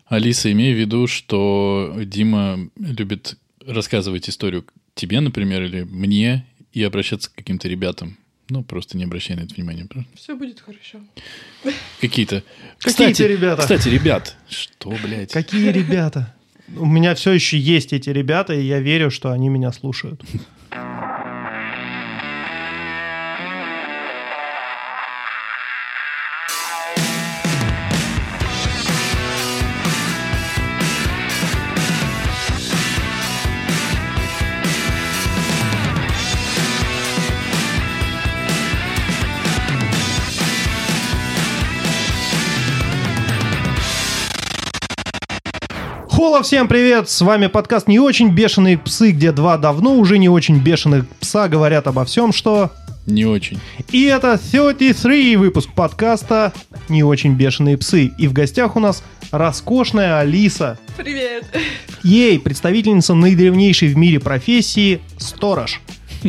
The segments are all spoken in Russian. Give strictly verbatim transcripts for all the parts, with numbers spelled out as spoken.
Алиса, имея в виду, что Дима любит рассказывать историю тебе, например, или мне, и обращаться к каким-то ребятам. Ну, просто не обращай на это внимания. Все будет хорошо. Какие-то... Какие-то кстати, ребята. Кстати, ребят. Что, блядь? Какие ребята? У меня все еще есть эти ребята, и я верю, что они меня слушают. Холо, всем привет! С вами подкаст «Не очень бешеные псы», где два давно уже не очень бешеных пса говорят обо всем, что... Не очень. И это тридцать три выпуск подкаста «Не очень бешеные псы». И в гостях у нас роскошная Алиса. Привет! Ей представительница наидревнейшей в мире профессии сторож.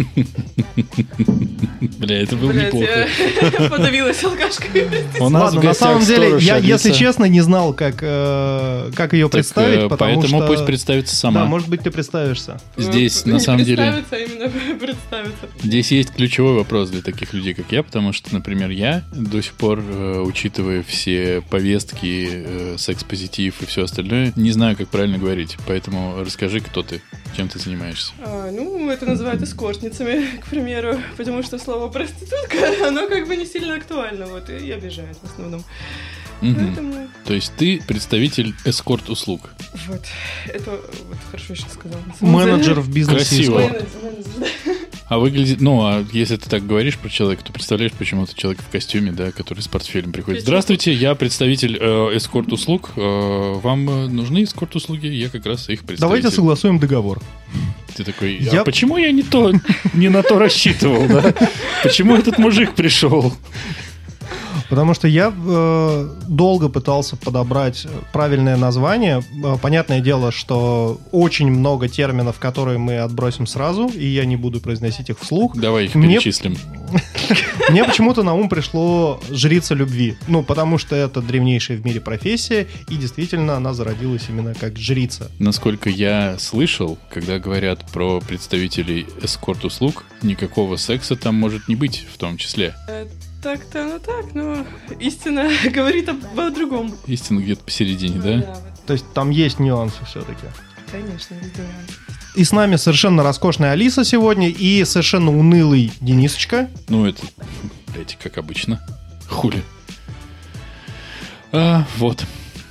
Бля, это было Блядь, неплохо. я подавилась алкашкой. У нас Ладно, в на гостях самом деле, сторож я, Алиса. если честно, не знал, как, э, как ее Так, представить, э, потому поэтому что... пусть представится сама. Да, может быть, ты представишься. Здесь, Ну, на не самом деле... представиться, а именно представиться. Здесь есть ключевой вопрос для таких людей, как я, потому что, например, я до сих пор, э, учитывая все повестки, э, секс-позитив и все остальное, не знаю, как правильно говорить. Поэтому расскажи, кто ты, чем ты занимаешься. А, ну, это называют эскортницами, к примеру, потому что слово проститутка, оно как бы не сильно актуально, вот, и обижает в основном. Мгм. Поэтому, То есть ты представитель эскорт-услуг. вот, это, вот, хорошо сейчас сказал. на самом Менеджер деле. в бизнесе. Красиво. Менеджер, менеджер, да. А выглядит... Ну, а если ты так говоришь про человека, то представляешь почему-то человека в костюме, да, который с портфелем приходит. Печень. Здравствуйте, я представитель э, эскорт-услуг. Э, вам э, нужны эскорт-услуги? Я как раз их представитель. Давайте согласуем договор. Ты такой, Я- а почему я не то, не на то рассчитывал, да? Почему этот мужик пришел? Потому что я э, долго пытался подобрать правильное название. Э, Понятное дело, что очень много терминов, которые мы отбросим сразу, и я не буду произносить их вслух. Давай их Мне- перечислим. Мне почему-то на ум пришло «жрица любви». Ну, потому что это древнейшая в мире профессия, и действительно она зародилась именно как жрица. Насколько я слышал, когда говорят про представителей эскорт-услуг, никакого секса там может не быть в том числе. Э, Так-то, ну так, но истина говорит об, о другом. Истина где-то посередине, Ну да? вот, То есть там есть нюансы все-таки. конечно, везде нюансы. И с нами совершенно роскошная Алиса сегодня и совершенно унылый Денисочка. Ну, это, блядь, как обычно. Хули. А, вот.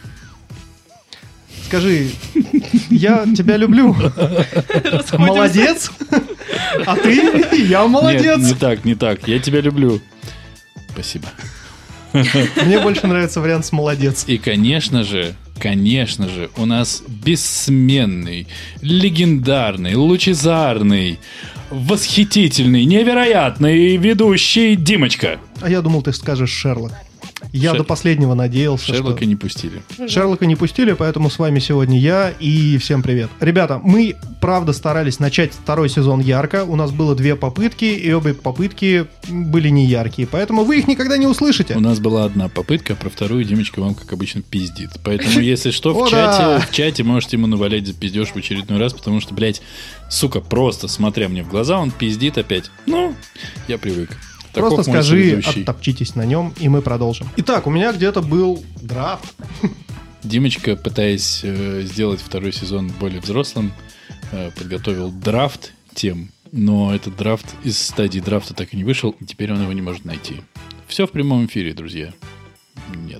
Скажи, я тебя люблю. Расходимся. Молодец. А ты? Я молодец. Нет, не так, не так. Я тебя люблю. Спасибо. Мне больше нравится вариант с молодец. И, конечно же, конечно же, у нас бессменный, легендарный, лучезарный, восхитительный, невероятный ведущий Димочка. А я думал, ты скажешь Шерлок. Я Шер- до последнего надеялся, Шерлока что... не пустили. Шерлока не пустили, поэтому с вами сегодня я и всем привет. Ребята, мы, правда, старались начать второй сезон ярко. У нас было две попытки, и обе попытки были не яркие, поэтому вы их никогда не услышите. У нас была одна попытка, а про вторую Димочка вам, как обычно, пиздит. Поэтому, если что, О, в да. чате, в чате можете ему навалять за пиздеж в очередной раз, потому что, блядь, сука, просто смотря мне в глаза, он пиздит опять. Ну, я привык. Просто Таков мой скажи, соведущий. оттопчитесь на нем, и мы продолжим. Итак, у меня где-то был драфт. Димочка, пытаясь э, сделать второй сезон более взрослым, э, подготовил драфт тем, но этот драфт из стадии драфта так и не вышел, и теперь он его не может найти. Все в прямом эфире, друзья. Нет.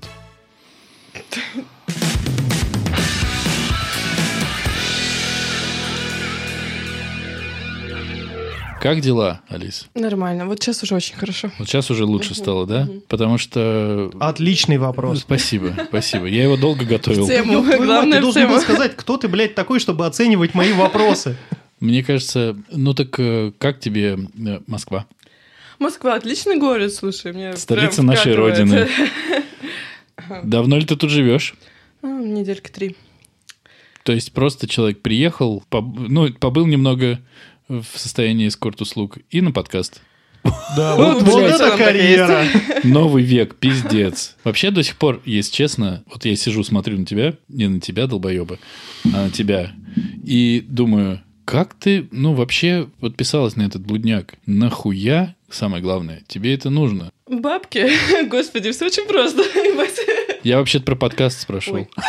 Как дела, Алис? Нормально, вот сейчас уже очень хорошо. Вот сейчас уже лучше стало, да? Потому что... Отличный вопрос. Спасибо, спасибо. Я его долго готовил. В тему. Ёб твою мать, Главное, ты должен в тему. был сказать, кто ты, блядь, такой, чтобы оценивать мои вопросы. Мне кажется, ну так э, как тебе э, Москва? Москва отличный город, слушай, мне Столица прям нашей вкатывает. родины. Давно ли ты тут живешь? А, недельки три. То есть просто человек приехал, поб- ну, побыл немного в состоянии эскорт-услуг и на подкаст. Да, Ну, вот, вот блядь, это там карьера. Новый век, пиздец. Вообще до сих пор, если честно, вот я сижу, смотрю на тебя, не на тебя, долбоеба, а на тебя, и думаю, как ты, ну, вообще подписалась на этот блудняк? Нахуя, самое главное, тебе это нужно? Бабки. Господи, все очень просто. ебать. Я вообще-то про подкаст спрашивал. Ой.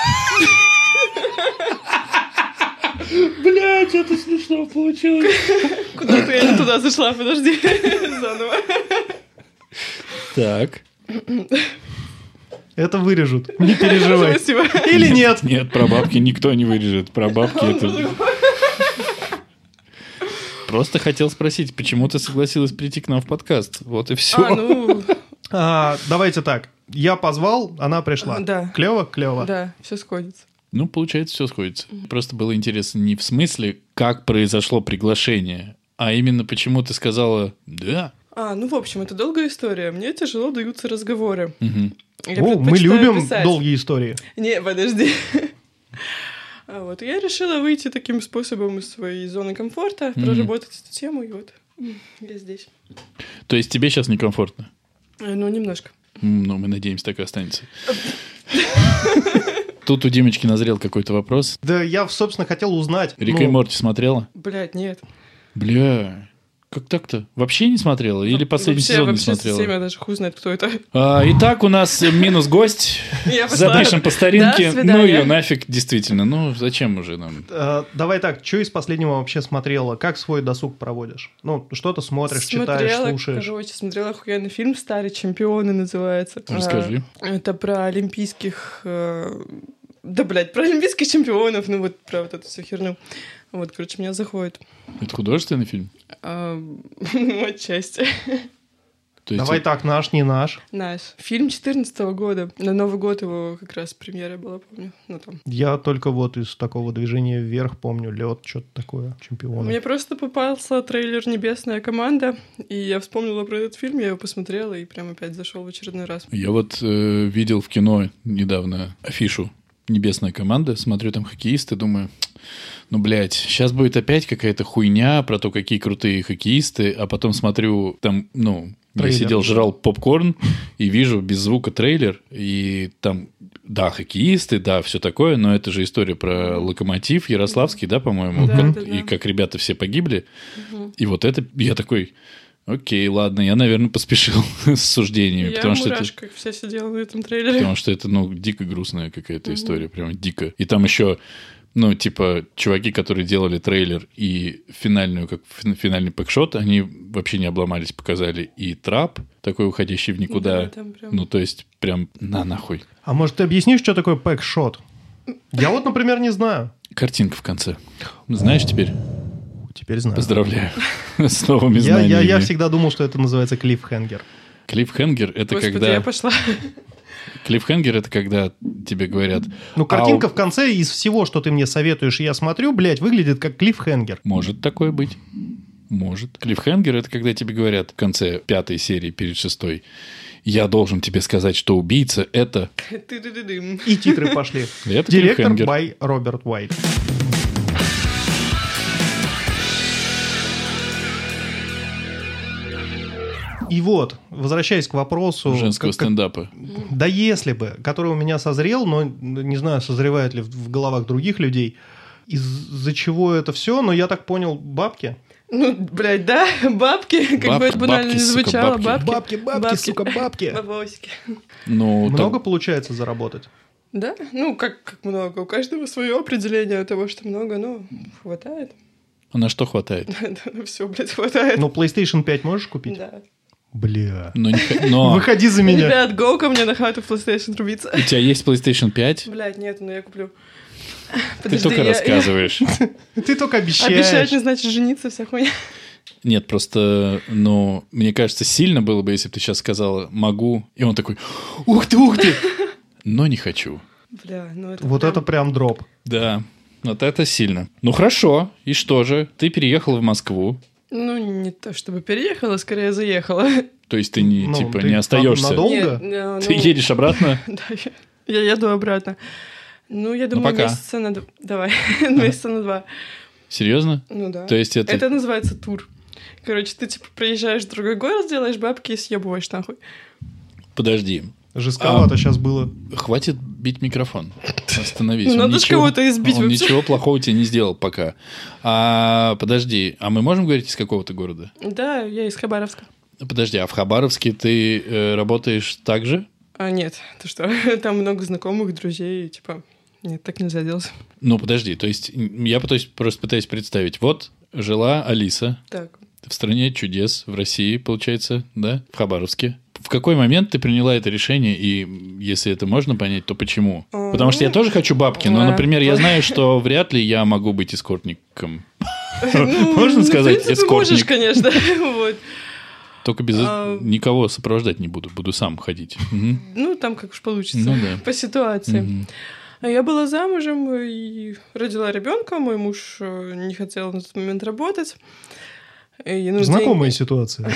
Блядь, это смешно получилось. Куда-то я не туда зашла, подожди. Заново. Так. Это вырежут, не переживай. Спасибо. Или нет? Нет, про бабки никто не вырежет. Про бабки это... Просто хотел спросить, почему ты согласилась прийти к нам в подкаст? Вот и все. А, ну, А, давайте так. Я позвал, она пришла. Да. Клево, клево. да, все сходится. Ну, получается, все сходится. Просто было интересно не в смысле, как произошло приглашение, а именно почему ты сказала «да». А, ну, в общем, это долгая история. Мне тяжело даются разговоры. Мгм. Я О, мы предпочитаю любим писать. долгие истории. Не, подожди. А вот я решила выйти таким способом из своей зоны комфорта, Мгм. проработать эту тему, и вот м, я здесь. То есть тебе сейчас некомфортно? Э, Ну, немножко. М, Ну, мы надеемся, так и останется. Тут у Димочки назрел какой-то вопрос. Да я, собственно, хотел узнать. Рика ну, и Морти смотрела? Блядь, нет. Бля, как так-то? Вообще не смотрела? Или последний Вообще, сезон не вообще смотрела? совсем я даже хуй знает, кто это. А, итак, у нас минус гость. Я пошла. Запишем по старинке. До свидания. Ну ее нафиг, действительно. Ну, зачем уже нам? э, давай так, что из последнего вообще смотрела? Как свой досуг проводишь? Ну, что-то смотришь, читаешь, Смотрела, слушаешь? короче, смотрела охуенный фильм «Старые чемпионы» называется. Расскажи. А, это про олимпийских... э, Да, блядь, про олимпийских чемпионов, ну вот про вот эту всю херню. Вот, короче, меня заходит. Это художественный фильм? А, ну, отчасти. То есть Давай так, наш, не наш. Наш. Фильм четырнадцатого года. На Новый год его как раз премьера была, помню. Ну, там. Я только вот из такого движения вверх помню, лед, что-то такое, чемпионы. Мне просто попался трейлер «Небесная команда», и я вспомнила про этот фильм, я его посмотрела и прям опять зашел в очередной раз. Я вот э, видел в кино недавно афишу «Небесная команда», смотрю там хоккеисты, думаю, ну, блядь, сейчас будет опять какая-то хуйня про то, какие крутые хоккеисты, а потом смотрю, там, ну, Трейлер. я сидел, жрал попкорн и вижу без звука трейлер, и там, да, хоккеисты, да, все такое, но это же история про Локомотив Ярославский, да, по-моему, Да, как- да, да. и как ребята все погибли, Мгм. и вот это, я такой... Окей, ладно, я, наверное, поспешил с суждениями, Я потому что это... мурашкой вся сидела на этом трейлере. Потому что это, ну, дико грустная какая-то Мгм. история, прям дико. И там еще, ну, типа, чуваки, которые делали трейлер и финальную, как фин- финальный пэкшот, они вообще не обломались, показали и трап, такой уходящий в никуда. Да, там прям- Ну, то есть, прям на нахуй. А может, ты объяснишь, что такое пэкшот? Я вот, например, не знаю. Картинка в конце. Знаешь теперь? Теперь знаю. Поздравляю с новыми Я, знаниями. я, я всегда думал, что это называется клиффхенгер. Клиффхенгер — это Господи, когда... я пошла. Клиффхенгер — это когда тебе говорят... Ну, картинка «Ау». в конце из всего, что ты мне советуешь, и я смотрю, блядь, выглядит как клиффхенгер. Может такое быть. Может. Клиффхенгер — это когда тебе говорят в конце пятой серии перед шестой: я должен тебе сказать, что убийца — это... Ты-ды-ды-дым. И титры пошли. Это Директор клиффхенгер. by Роберт Уайт. И вот, возвращаясь к вопросу... женского как- как- стендапа. Да если бы, который у меня созрел, но не знаю, созревает ли в, в головах других людей, из-за чего это все, но я так понял, бабки. Ну, блядь, да, бабки, как Баб- бы это банально бабки, не сука, звучало, бабки. бабки. Бабки, бабки, Бабки. сука, бабки. Бабосики. Ну, там- Много получается заработать? Да, ну, как, как много. У каждого свое определение того, что много, но хватает. А на что хватает? Да, ну все, блядь, хватает. Ну, PlayStation пять можешь купить? Да. Бля. Но, не х- но Выходи за меня. Ребят, go ко мне на хату в PlayStation рубиться. у тебя есть PlayStation пять? Блядь, нет, ну я куплю. Ты Подожди, только я- я- рассказываешь. Ты только Обещать обещаешь. не значит жениться, вся хуйня. Нет, просто, ну, мне кажется, сильно было бы, если бы ты сейчас сказала «могу», и он такой «ух ты, ух ты!» Но не хочу. Бля, ну это Вот прям- это прям дроп. Да, вот это сильно. Ну, хорошо, и что же? Ты переехал в Москву, Ну, не то чтобы переехала, скорее заехала. то есть ты, не, Ну, типа, ты не остаешься. надолго? Нет, ну, Ты ну, едешь обратно? Да, я, я еду обратно. Ну, я думаю, пока. месяца на два. Давай, месяца на два. Серьезно? Ну да. То есть это... Это называется тур. Короче, ты, типа, приезжаешь в другой город, делаешь бабки и съебываешь нахуй. Подожди. Жестковато а, сейчас было. Хватит бить микрофон. Остановись. Ну, он надо ничего, кого-то избить Он вообще. ничего плохого тебе не сделал пока. А, подожди, а мы можем говорить из какого-то города? Да, я из Хабаровска. Подожди, а в Хабаровске ты э, работаешь так же? А, нет, ты что? Там много знакомых, друзей, и, типа, нет, так нельзя делать. Ну, подожди, то есть я то есть, просто пытаюсь представить. Вот жила Алиса Так. в стране чудес, в России, получается, да, в Хабаровске. В какой момент ты приняла это решение, и если это можно понять, то почему? Потому что я тоже хочу бабки, но, например, я знаю, что вряд ли я могу быть эскортником. Можно сказать эскортник? Можешь, конечно, вот. Только без никого сопровождать не буду, буду сам ходить. Ну, там как уж получится, по ситуации. Я была замужем и родила ребенка, мой муж не хотел на тот момент работать. И, ну, знакомая деньги... ситуация.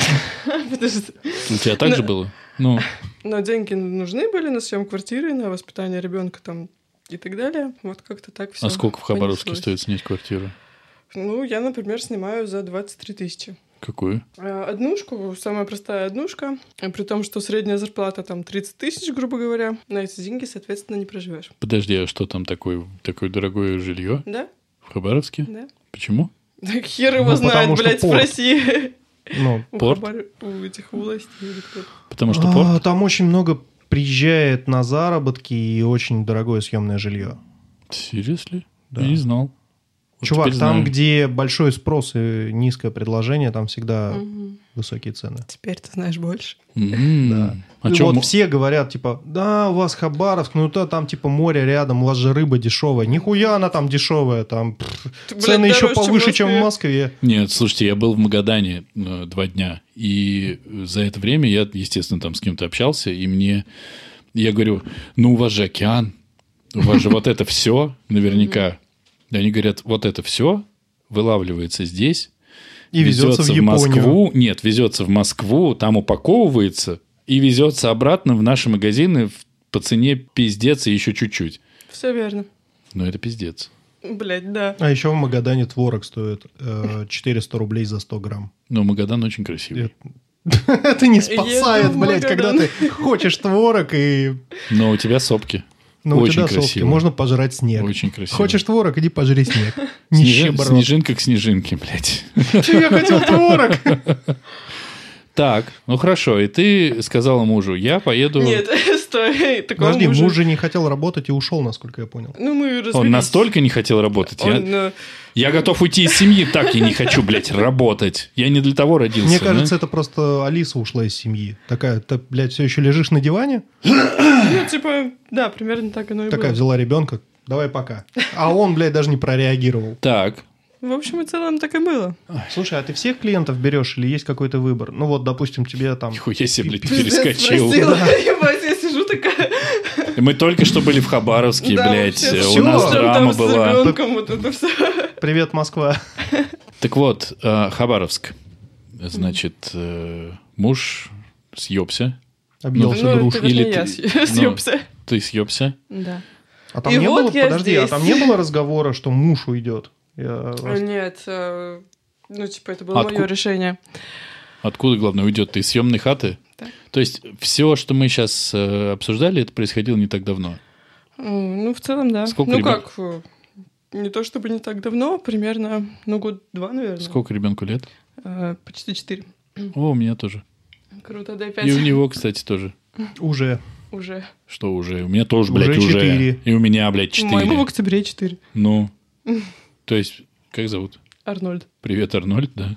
У тебя так же было? Ну. Но деньги нужны были на съем квартиры, на воспитание ребенка там и так далее. Вот как-то так все. А сколько в Хабаровске стоит снять квартиру? Ну, я, например, снимаю за двадцать три тысячи. Какую? Однушку, самая простая однушка, при том, что средняя зарплата там тридцать тысяч, грубо говоря. На эти деньги, соответственно, не проживешь. Подожди, а что там такое, такое дорогое жилье? Да. В Хабаровске? Да. Почему? Так хер его ну, знает, блядь, спроси. Ну, у порт? Хабар... У этих властей или кто-то. Потому что порт? А, там очень много приезжает на заработки и очень дорогое съемное жилье. Серьезно? Да. Я не знал. Вот чувак, там, знаю. где большой спрос и низкое предложение, там всегда угу. высокие цены. Теперь ты знаешь больше. Mm-hmm. Да. А и чё, вот м- все говорят, типа, да, у вас Хабаровск, ну то там типа море рядом, у вас же рыба дешевая. Нихуя она там дешевая, там пфф, ты, цены блядь, еще дороже, повыше, чем чем в Москве. Нет, слушайте, я был в Магадане э, два дня, и за это время я, естественно, там с кем-то общался, и мне... Я говорю, ну у вас же океан, у вас же вот это все наверняка. И они говорят, вот это все вылавливается здесь, и везется, везется в, в Москву. Нет, везется в Москву, там упаковывается и везется обратно в наши магазины по цене пиздец и еще чуть-чуть. Все верно. Но это пиздец. Блять, да. А еще в Магадане творог стоит э, четыреста рублей за сто грамм. Но Магадан очень красивый. Это не спасает, блядь, когда ты хочешь творог и... Но у тебя сопки. Ну, очень у тебя красиво. Сопки. Можно пожрать снег. Очень красиво. Хочешь творог, иди пожри снег. Снежин, снежинка к снежинке, блядь. Я хотел творог. Так, ну хорошо. И ты сказала мужу, я поеду... Нет, стой. Подожди, мужа... муж же не хотел работать и ушел, насколько я понял. Ну, мы развелись. Он настолько не хотел работать. Он, я... uh... я готов уйти из семьи, так я не хочу, блядь, работать. Я не для того родился. Мне кажется, да? это просто Алиса ушла из семьи. Такая, ты, блядь, все еще лежишь на диване? Ну, типа, да, примерно так оно и было. Такая взяла ребенка, давай пока. А он, блядь, даже не прореагировал. Так. В общем и целом так и было. Слушай, а ты всех клиентов берешь или есть какой-то выбор? Ну вот, допустим, тебе там... Нихуя себе, блядь, перескочил. Ебать, я сижу такая... Мы только что были в Хабаровске, да, блядь. Все. У нас драма была. Ребенком, вот это все. Привет, Москва. Так вот, Хабаровск. Значит, муж съебся. Объелся ну, груш. Это Или я ты... съебся. Ну, ты съебся? Да. А там И не вот было... Подожди, здесь. а там не было разговора, что муж уйдет? Я... Нет, ну, типа, это было Отку... мое решение. Откуда, главное, уйдет? Ты из съемной хаты? Да. То есть, все, что мы сейчас э, обсуждали, это происходило не так давно? Ну, в целом, да. Сколько ну, ребен... как, не то чтобы не так давно, примерно, ну, год-два, наверное. Сколько ребенку лет? А, почти четыре. О, у меня тоже. Круто, дай пять. И у него, кстати, тоже. Уже. Уже. Что уже? У меня тоже, блядь, уже. уже. четыре. И у меня, блядь, четыре. Моему в октябре четыре. Ну, то есть, как зовут? Арнольд. Привет, Арнольд, да.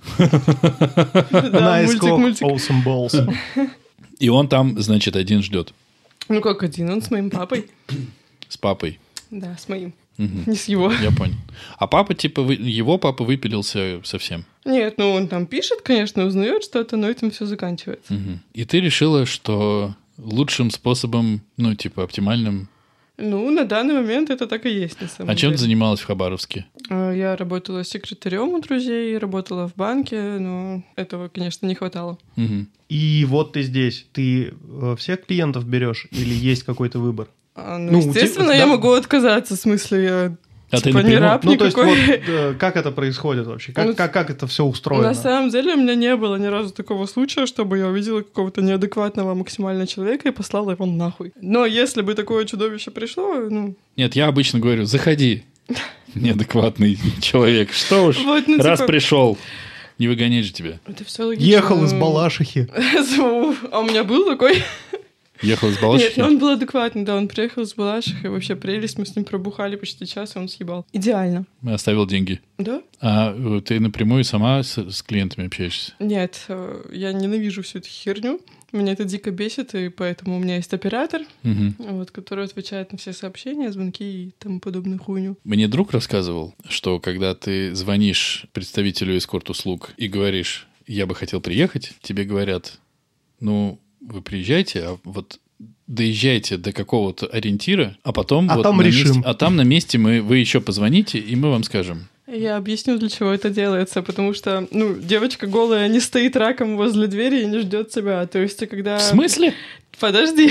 Да, мультик, мультик. Awesome balls. И он там, значит, один ждет. Ну, как один? Он с моим папой. С папой. Да, с моим. Угу. Не с его. Я понял. А папа, типа, вы... его папа выпилился совсем? Нет, ну он там пишет, конечно, узнает что-то, но этим все заканчивается. Угу. И ты решила, что лучшим способом, ну, типа, оптимальным... Ну, на данный момент это так и есть, на самом А деле. чем ты занималась в Хабаровске? Я работала секретарем у друзей, работала в банке, но этого, конечно, не хватало. Угу. И вот ты здесь. Ты всех клиентов берешь или есть какой-то выбор? А, ну, Ну, естественно, тебя... я да. могу отказаться, в смысле, я А типа, ты не раб Ну, никакой. то есть, вот, э, как это происходит вообще? Как, Ну, как, как это все устроено? На самом деле у меня не было ни разу такого случая, чтобы я увидела какого-то неадекватного максимально человека и послала его нахуй. Но если бы такое чудовище пришло, ну... Нет, я обычно говорю, заходи, неадекватный человек. Что уж, Вот, ну, раз типа- пришел, не выгонять же тебя. Это все логично. Ехал из Балашихи. А у меня был такой... Ехал из Нет, Балашихи? ну он был адекватный, да, он приехал из Балашихи, вообще прелесть, мы с ним пробухали почти час, и он съебал. Идеально. Оставил деньги. Да? А э, ты напрямую сама с, с клиентами общаешься? Нет, э, я ненавижу всю эту херню. Меня это дико бесит, и поэтому у меня есть оператор, Мгм. вот, который отвечает на все сообщения, звонки и тому подобную хуйню. Мне друг рассказывал, что когда ты звонишь представителю эскорт-услуг и говоришь, я бы хотел приехать, тебе говорят, ну, вы приезжайте, а вот доезжайте до какого-то ориентира, а потом... А вот там на решим. месте- а там на месте мы, вы еще позвоните, и мы вам скажем. Я объясню, для чего это делается, потому что, ну, девочка голая не стоит раком возле двери и не ждет тебя. То есть, а когда... В смысле? Подожди.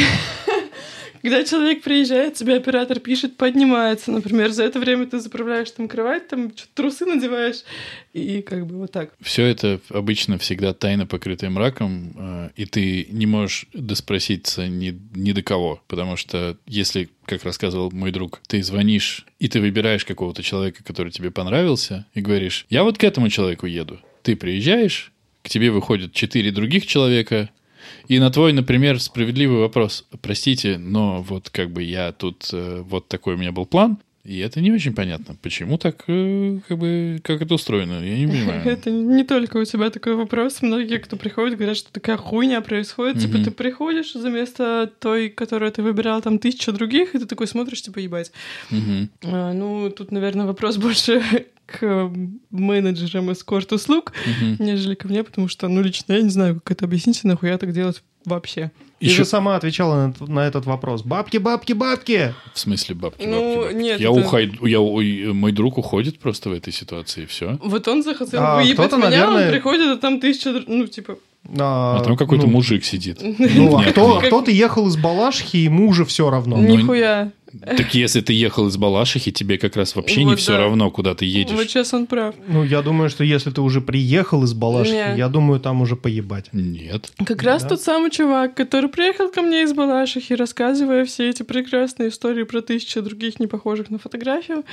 Когда человек приезжает, тебе оператор пишет, поднимается. Например, за это время ты заправляешь там кровать, там что-то трусы надеваешь, и как бы вот так. Все это обычно всегда тайно покрытая мраком, э, и ты не можешь доспроситься ни, ни до кого. Потому что если, как рассказывал мой друг, ты звонишь, и ты выбираешь какого-то человека, который тебе понравился, и говоришь, я вот к этому человеку еду. Ты приезжаешь, к тебе выходят четыре других человека, и на твой, например, справедливый вопрос, простите, но вот как бы я тут, э, вот такой у меня был план, и это не очень понятно, почему так, э, как бы, как это устроено, я не понимаю. Это не только у тебя такой вопрос. Многие, кто приходит, говорят, что такая хуйня происходит. Типа Мгм. ты приходишь за место той, которую ты выбирал, там тысяча других, и ты такой смотришь, типа, ебать. Мгм. А, ну, тут, наверное, вопрос больше к менеджерам эскорт-услуг, Мгм. нежели ко мне, потому что, ну, лично я не знаю, как это объяснить, и нахуя так делать вообще. Ты Еще же сама отвечала на, на этот вопрос. Бабки, бабки, бабки! в смысле бабки, Ну, бабки, бабки. нет, я это- ухожу, я, ой, мой друг уходит просто в этой ситуации, и все. Вот он захотел А, выебать кто-то, меня, наверное- он приходит, а там тысяча, др- ну, типа... А, А там какой-то ну, мужик сидит. Ну, а Нет, кто, как- кто-то ехал из Балашихи, ему уже все равно. Ну, Нихуя. Так если ты ехал из Балашихи, тебе как раз вообще не Вот все да. равно, куда ты Вот едешь. сейчас он прав. Ну, я думаю, что если ты уже приехал из Балашихи, Не. я думаю, там уже поебать. Нет. Как раз Да. тот самый чувак, который приехал ко мне из Балашихи, рассказывая все эти прекрасные истории про тысячи других, не похожих на фотографию,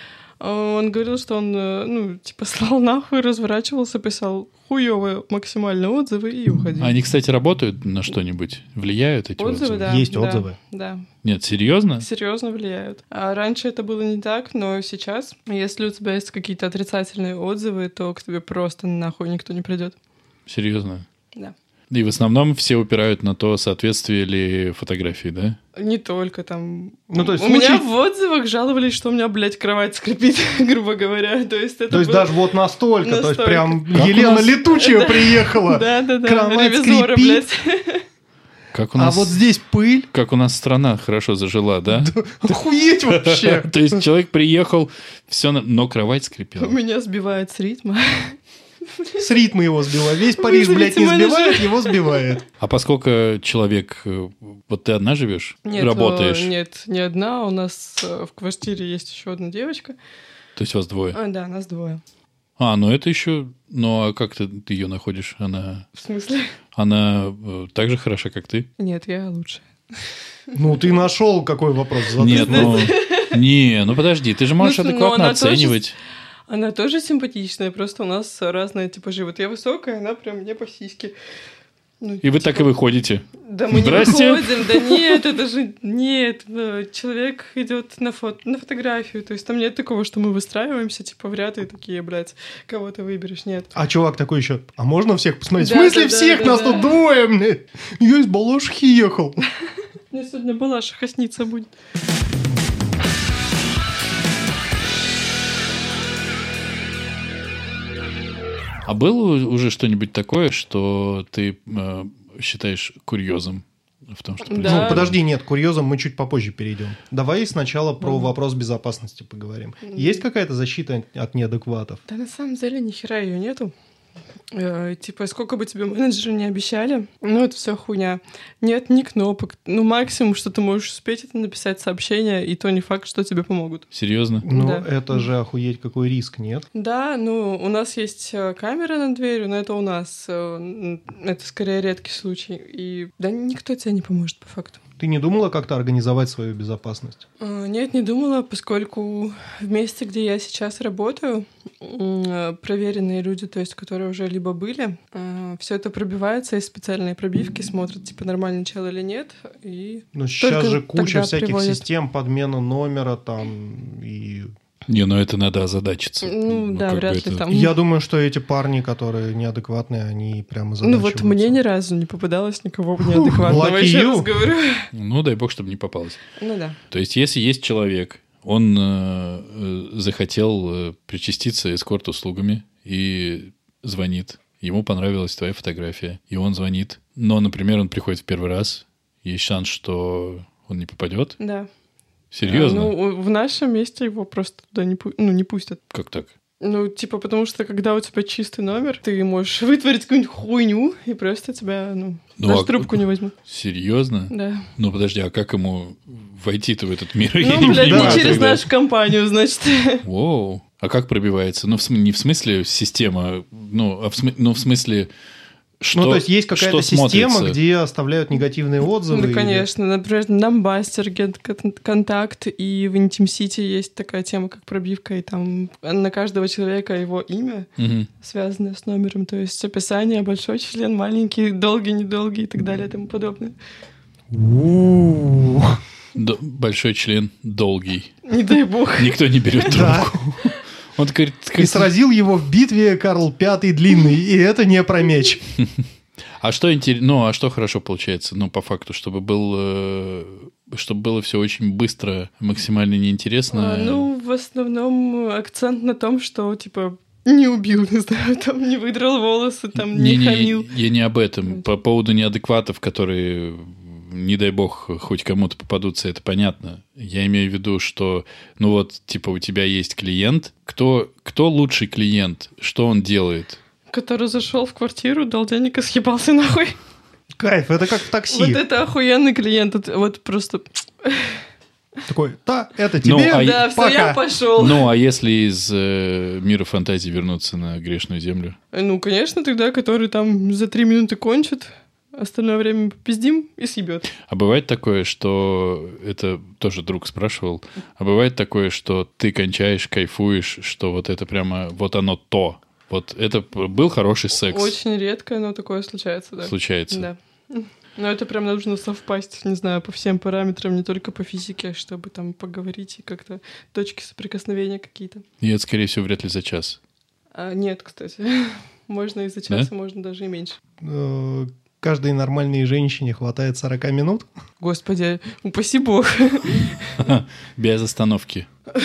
он говорил, что он, э, ну, типа, слал нахуй, разворачивался, писал хуёвые максимально отзывы и уходил. Они, кстати, работают на что-нибудь? Влияют эти отзывы? Отзывы, да. Есть да, отзывы? Да, Нет, серьезно? серьезно влияют. А раньше это было не так, но сейчас, если у тебя есть какие-то отрицательные отзывы, то к тебе просто нахуй никто не придет. Серьезно? Да. И в основном все упирают на то, соответствие ли фотографии, да? Не только там. Ну, то есть у случай- меня в отзывах жаловались, что у меня, блядь, кровать скрипит, грубо говоря. То есть это То есть было- даже вот настолько, то есть Настолько. прям Как у Елена нас- Летучая приехала. Да-да-да, Кровать ревизора, скрипит. блядь. Как у А нас, вот здесь пыль. как у нас страна хорошо зажила, да? Охуеть вообще. То есть человек приехал, все, но кровать скрипела. Меня сбивает с ритма. С ритма его сбила. Весь Париж, блядь, не Вызовите сбивает, менеджера. его сбивает. А поскольку человек... э, Вот ты одна живешь? Нет, Работаешь? э, нет, не одна. У нас э, в квартире есть еще одна девочка. То есть вас двое? А, да, нас двое. А, ну это еще... Ну а как ты, ты ее находишь? Она, В смысле? она э, так же хороша, как ты? Нет, я лучше. Ну, ты нашел какой вопрос задать. Нет, ну... Не, ну подожди, ты же можешь Ну, ну, адекватно она тоже- оценивать. Она тоже симпатичная, просто у нас разные типажи. Вот я высокая, она прям мне по сиське. Ну, И вы так и выходите. Да мы не Здрасте. выходим, да нет, это же нет. э, Человек идет на фото, на фотографию, то есть там нет такого, что мы выстраиваемся типа в ряд и такие, блядь, кого ты выберешь, нет. А чувак такой еще, а можно всех посмотреть? Да, В смысле да, да, всех? да, Нас да. тут двое, мне. Я из Балашихи ехал. Мне сегодня Балашиха снится будет. А было уже что-нибудь такое, что ты э, считаешь курьезом в том, что Да. происходит? Ну, подожди, нет, к курьезам мы чуть попозже перейдем. Давай сначала про Мгм. вопрос безопасности поговорим. Мгм. Есть какая-то защита от неадекватов? Да на самом деле ни хера ее нету. Э, типа, сколько бы тебе менеджеры не обещали, ну, это все хуйня. Нет ни кнопок. Ну, максимум, что ты можешь успеть, это написать сообщение, и то не факт, что тебе помогут. Серьезно? Ну, Да. это же охуеть какой риск, нет? Да, ну, у нас есть э, камера над дверью, но это у нас. э, н- Это скорее редкий случай. И да, никто тебе не поможет, по факту. Ты не думала как-то организовать свою безопасность? Э, Нет, не думала, поскольку в месте, где я сейчас работаю, м, э, проверенные люди, то есть которые уже либо были, все это пробивается, есть специальные пробивки, смотрят, типа, нормальный чел или нет, и Ну, сейчас Только же куча тогда всяких приводят. систем подмены номера там и... Не, ну это надо озадачиться. ну, да, как бы вряд это- ли там. Я думаю, что эти парни, которые неадекватные, они прямо Ну задачиваются. вот мне ни разу не попадалось никого неадекватного, lucky еще you. раз говорю. Ну, дай бог, чтобы не попалось. Ну да. То есть, если есть человек, он э, э, захотел э, причаститься эскорт-услугами и звонит, ему понравилась твоя фотография, и он звонит, но, например, он приходит в первый раз, есть шанс, что он не попадет. Да. Серьезно? А, ну, в нашем месте его просто туда не, пу- ну, не пустят. Как так? Ну, типа, потому что когда у тебя чистый номер, ты можешь вытворить какую-нибудь хуйню, и просто тебя, ну, Ну, даже а- трубку не возьмут. Серьезно? Да. Ну, подожди, а как ему войти-то в этот мир? Я Ну, не блядь, понимаю не через тогда. нашу компанию, значит. Воу. А как пробивается? Ну, в см- не в смысле система, ну, а в, см- ну, в смысле, что Ну, то есть есть какая-то что система, смотрится? где оставляют негативные отзывы. Ну, или- конечно. Например, Numbuster, Get-Контакт, и в Intim City есть такая тема, как пробивка, и там на каждого человека его имя, Мгм. связанное с номером, то есть описание, большой член, маленький, долгий, недолгий и так далее и тому подобное. У-у-у. Д- большой член, долгий. Не дай бог. Никто не берет Да. трубку. Он говорит, И сразил его в битве Карл Пятый длинный, и это не про меч. а что интересно, ну, а что хорошо получается, ну, по факту, чтобы был, э, чтобы было все очень быстро, максимально неинтересно. А, ну, в основном акцент на том, что, типа, не убил, не знаю, там, не выдрал волосы, там, не, Не-не, хамил. я не об этом. По поводу неадекватов, которые, не дай бог, хоть кому-то попадутся, это понятно. Я имею в виду, что, ну вот, типа, у тебя есть клиент. Кто, кто лучший клиент? Что он делает? Который зашел в квартиру, дал денег и съебался нахуй. Кайф, это как в такси. Вот это охуенный клиент. Это вот просто... Такой, да, это Ну, тебе, а Да, все, я пока. пошел. Ну, а если из э, мира фантазии вернуться на грешную землю? Ну, конечно, тогда, который там за три минуты кончит, остальное время попиздим и съебет. А бывает такое, что... Это тоже друг спрашивал. А бывает такое, что ты кончаешь, кайфуешь, что вот это прямо... Вот оно то. Вот это п- был хороший секс. Очень редко, но такое случается, да. Случается. Да. Но это прям нужно совпасть, не знаю, по всем параметрам, не только по физике, чтобы там поговорить и как-то точки соприкосновения какие-то. И это, скорее всего, вряд ли за час. А, нет, кстати. Можно и за час, а можно даже и меньше. Э, Каждой нормальной женщине хватает сорок минут. Господи, упаси бог. Без остановки.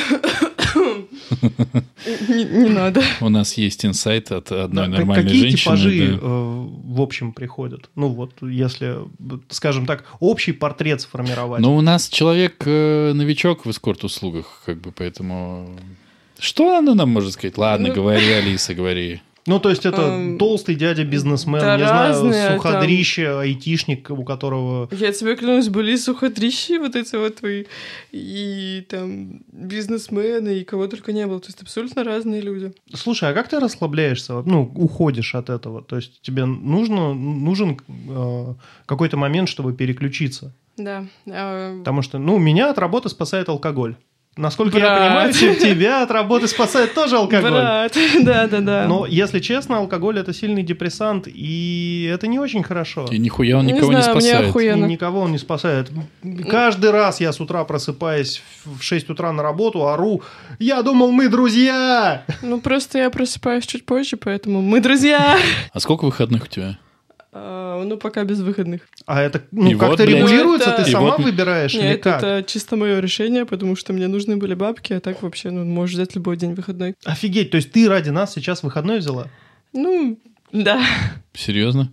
Не, не надо. У нас есть инсайт от одной Да, нормальной какие женщины. типажи да. э, в общем приходят? Ну вот, если, скажем так, общий портрет сформировать. Но у нас человек э, новичок в эскорт-услугах, как бы, поэтому... Что она нам может сказать? Ладно, Ну- говори, Алиса, говори. Ну, то есть это Эм, толстый дядя-бизнесмен, да не разные, знаю, суходрище, айтишник, у которого... Я тебе клянусь, были суходрищи вот эти вот твои, и там бизнесмены, и кого только не было. То есть абсолютно разные люди. Слушай, а как ты расслабляешься, ну, уходишь от этого? То есть тебе нужно, нужен э, какой-то момент, чтобы переключиться? Да. а, Потому что, ну, меня от работы спасает алкоголь. Насколько я Брат. понимаю, те- тебя от работы спасает тоже алкоголь. Брат, да-да-да. Но, если честно, алкоголь – это сильный депрессант, и это не очень хорошо. И нихуя он Не никого не, знаю, мне спасает. охуенно. И никого он не спасает. Каждый раз я с утра просыпаясь в шесть утра на работу, ору: «Я думал, мы друзья!» Ну, просто я просыпаюсь чуть позже, поэтому мы друзья. А сколько выходных у тебя? А, ну, пока без выходных. А это ну, И как-то вот, блядь. регулируется? Ну, это- Ты И сама вот- выбираешь или Нет, как? это чисто мое решение, потому что мне нужны были бабки, а так вообще, ну, можешь взять любой день выходной. Офигеть, то есть ты ради нас сейчас выходной взяла? Ну, да. Серьезно?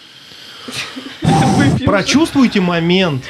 Выпью. Прочувствуйте момент.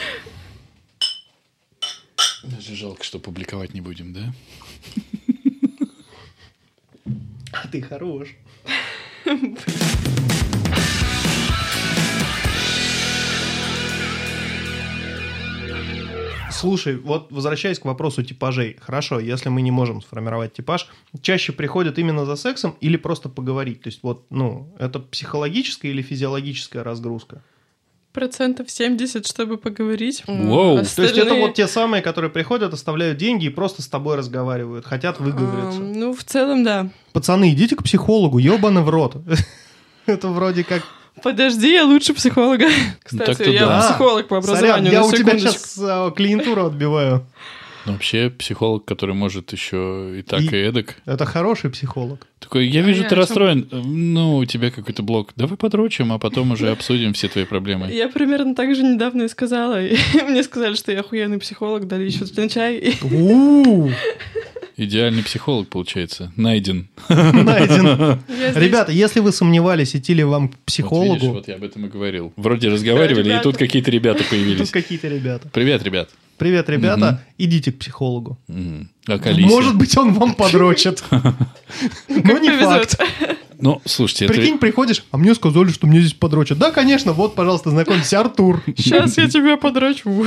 Даже жалко, что публиковать не будем, да? А ты хорош. Слушай, вот возвращаясь к вопросу типажей. Хорошо, если мы не можем сформировать типаж, чаще приходят именно за сексом или просто поговорить? То есть вот, ну, это психологическая или физиологическая разгрузка? Процентов семьдесят, чтобы поговорить. Воу. Остальные... То есть это вот те самые, которые приходят, оставляют деньги и просто с тобой разговаривают, хотят выговориться. А, ну, в целом, да. Пацаны, идите к психологу, ебаный в рот. Это вроде как... Подожди, я лучше психолога. Кстати, так-то я да. психолог по образованию. Сорян, я на у тебя секундочку. сейчас а, клиентуру отбиваю. Ну, вообще, психолог, который может еще и так, и, И- эдак. Это хороший психолог. Такой, я А вижу, я ты о чём? расстроен. Ну, у тебя какой-то блок. Давай подрочим, а потом уже обсудим все твои проблемы. Я примерно так же недавно и сказала. И мне сказали, что я охуенный психолог, дали еще на чай. И У-у-у, Идеальный психолог, получается. Найден. найден. я здесь- Ребята, если вы сомневались, идти ли вам к Вот психологу, видишь, вот я об этом и говорил. Вроде разговаривали, и ребята. тут какие-то ребята тут появились. какие-то ребята. Привет, ребят. Привет, ребята, идите к психологу. Мгм. А к Алисе? Может быть, он вам подрочит. Но не повезёт. факт. Ну, слушайте, это... Прикинь, приходишь, а мне сказали, что мне здесь подрочат. Да, конечно, вот, пожалуйста, знакомьтесь, Артур. Сейчас я тебя подрачу.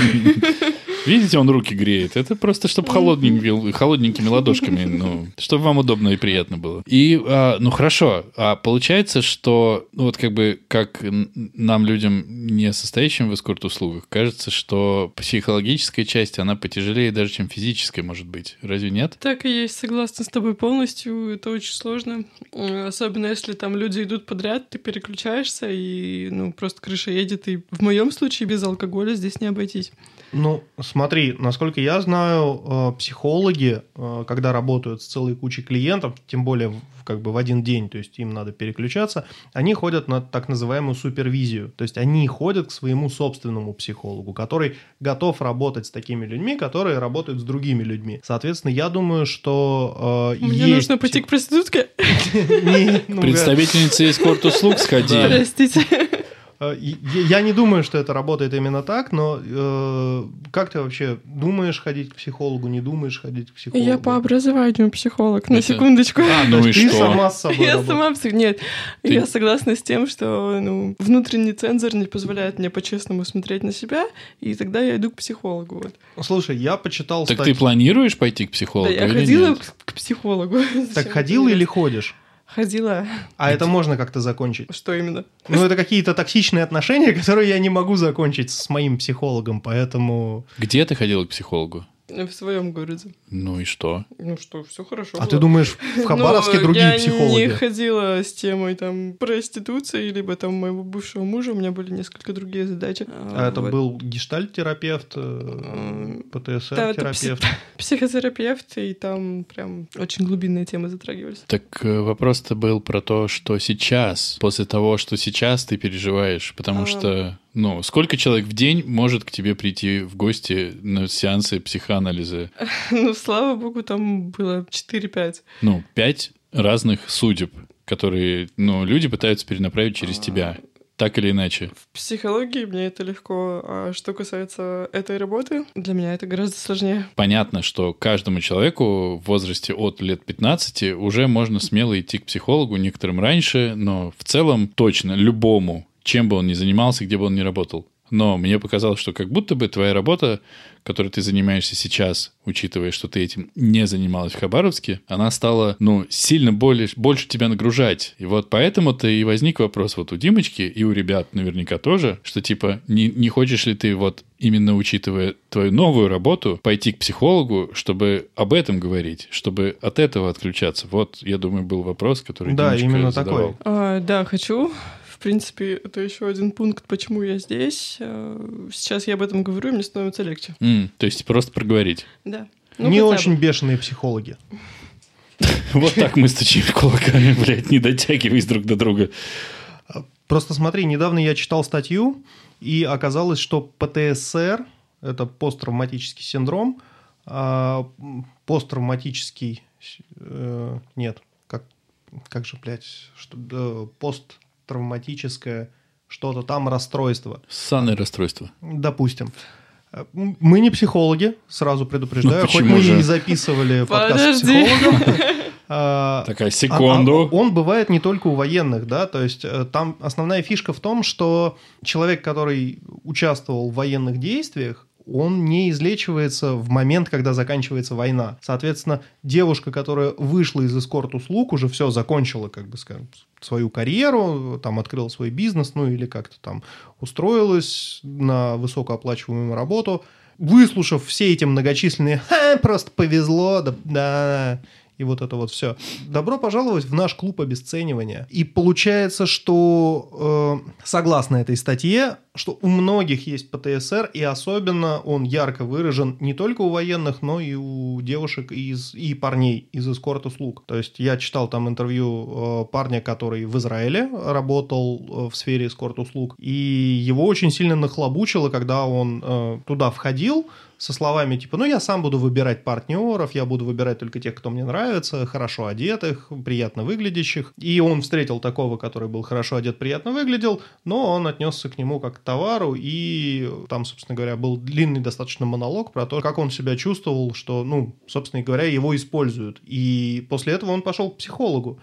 Видите, он руки греет. Это просто, чтобы холодненькими, холодненькими ладошками, ну, чтобы вам удобно и приятно было. И, а, ну, хорошо. А получается, что, ну, вот как бы, как н- нам, людям, не состоящим в эскорт-услугах, кажется, что психологическая часть, она потяжелее даже, чем физическая, может быть. Разве нет? Так и есть, согласна с тобой полностью. Это очень сложно. Э, Особенно если там люди идут подряд, ты переключаешься, и ну просто крыша едет. И в моем случае без алкоголя здесь не обойтись. Ну, смотри, насколько я знаю, э, психологи, э, когда работают с целой кучей клиентов, тем более в- как бы в один день, то есть им надо переключаться, они ходят на так называемую супервизию. То есть они ходят к своему собственному психологу, который готов работать с такими людьми, которые работают с другими людьми. Соответственно, я думаю, что э, Мне есть нужно пойти к проститутке. Не, ну, Представительница эскорт-услуг, сходи. Да. Простите. Э, Я я не думаю, что это работает именно так, но э, как ты вообще думаешь ходить к психологу, не думаешь ходить к психологу? Я по образованию психолог, на Это- секундочку. А, Ну то и есть ты что? сама с собой Я работаешь. сама псих... Нет, Ты- я согласна с тем, что ну, внутренний цензор не позволяет мне по-честному смотреть на себя, и тогда я иду к психологу. Вот. Слушай, я почитал Так ты статью. планируешь пойти к Да, психологу я или ходила нет? к к психологу. Так Зачем ходила это или делать? ходишь? Ходила. А это можно как-то закончить? Что именно? Ну, это какие-то токсичные отношения, которые я не могу закончить с моим психологом, поэтому... Где ты ходила к психологу? В своем городе. Ну и что? Ну что, все хорошо. А было. ты думаешь, в Хабаровске Ну, другие я психологи? не ходила с темой там проституции, либо там моего бывшего мужа, у меня были несколько другие задачи. А это Вот. был гештальт-терапевт, э, М, П Т С да, это Р-терапевт? Психотерапевт, и там прям очень глубинные темы затрагивались. Так э, вопрос-то был про то, что сейчас, после того, что сейчас ты переживаешь, потому А. что, ну, сколько человек в день может к тебе прийти в гости на сеансы психоанализа? Ну, слава богу, там было четыре-пять. Ну, пять разных судеб, которые, ну, люди пытаются перенаправить через тебя, так или иначе. В психологии мне это легко, а что касается этой работы, для меня это гораздо сложнее. Понятно, что каждому человеку в возрасте от лет пятнадцати уже можно смело идти к психологу, некоторым раньше, но в целом точно любому, чем бы он ни занимался, где бы он ни работал. Но мне показалось, что как будто бы твоя работа, которой ты занимаешься сейчас, учитывая, что ты этим не занималась в Хабаровске, она стала, ну, сильно более, больше тебя нагружать. И вот поэтому-то и возник вопрос вот у Димочки и у ребят наверняка тоже, что типа не, не хочешь ли ты вот именно учитывая твою новую работу пойти к психологу, чтобы об этом говорить, чтобы от этого отключаться. Вот, я думаю, был вопрос, который Да, Димочка именно задавал. такой. А, да, хочу. В принципе, это еще один пункт, почему я здесь. А, Сейчас я об этом говорю, и мне становится легче. М, то есть просто проговорить. Да. Ну, Не хотя бы. очень бешеные психологи. Вот так мы стучим кулаками, блядь, не дотягиваясь друг до друга. Просто смотри, недавно я читал статью, и оказалось, что П Т С Р – это посттравматический синдром, а посттравматический… э, нет, как, как же, блядь, что, да, посттравматическое что-то там расстройство. Ссаное расстройство. Допустим. Мы не психологи, сразу предупреждаю, Ну, хоть мы же? и не записывали подкаст с Подожди. психологом. а, Такая, секунду. Он, он бывает не только у военных, да, то есть э, там основная фишка в том, что человек, который участвовал в военных действиях, он не излечивается в момент, когда заканчивается война. Соответственно, девушка, которая вышла из эскорт-услуг, уже все закончила, как бы скажем, свою карьеру, там открыла свой бизнес, ну или как-то там устроилась на высокооплачиваемую работу, выслушав все эти многочисленные «Ха, просто повезло», да, да, и вот это вот все. Добро пожаловать в наш клуб обесценивания. И получается, что э, согласно этой статье, что у многих есть ПТСР, и особенно он ярко выражен не только у военных, но и у девушек из, и парней из эскорт-услуг. То есть я читал там интервью э, парня, который в Израиле работал э, в сфере эскорт-услуг, и его очень сильно нахлобучило, когда он э, туда входил, со словами типа, ну, я сам буду выбирать партнеров, я буду выбирать только тех, кто мне нравится, хорошо одетых, приятно выглядящих. И он встретил такого, который был хорошо одет, приятно выглядел, но он отнесся к нему как к товару, и там, собственно говоря, был длинный достаточно монолог про то, как он себя чувствовал, что, ну, собственно говоря, его используют. И после этого он пошел к психологу.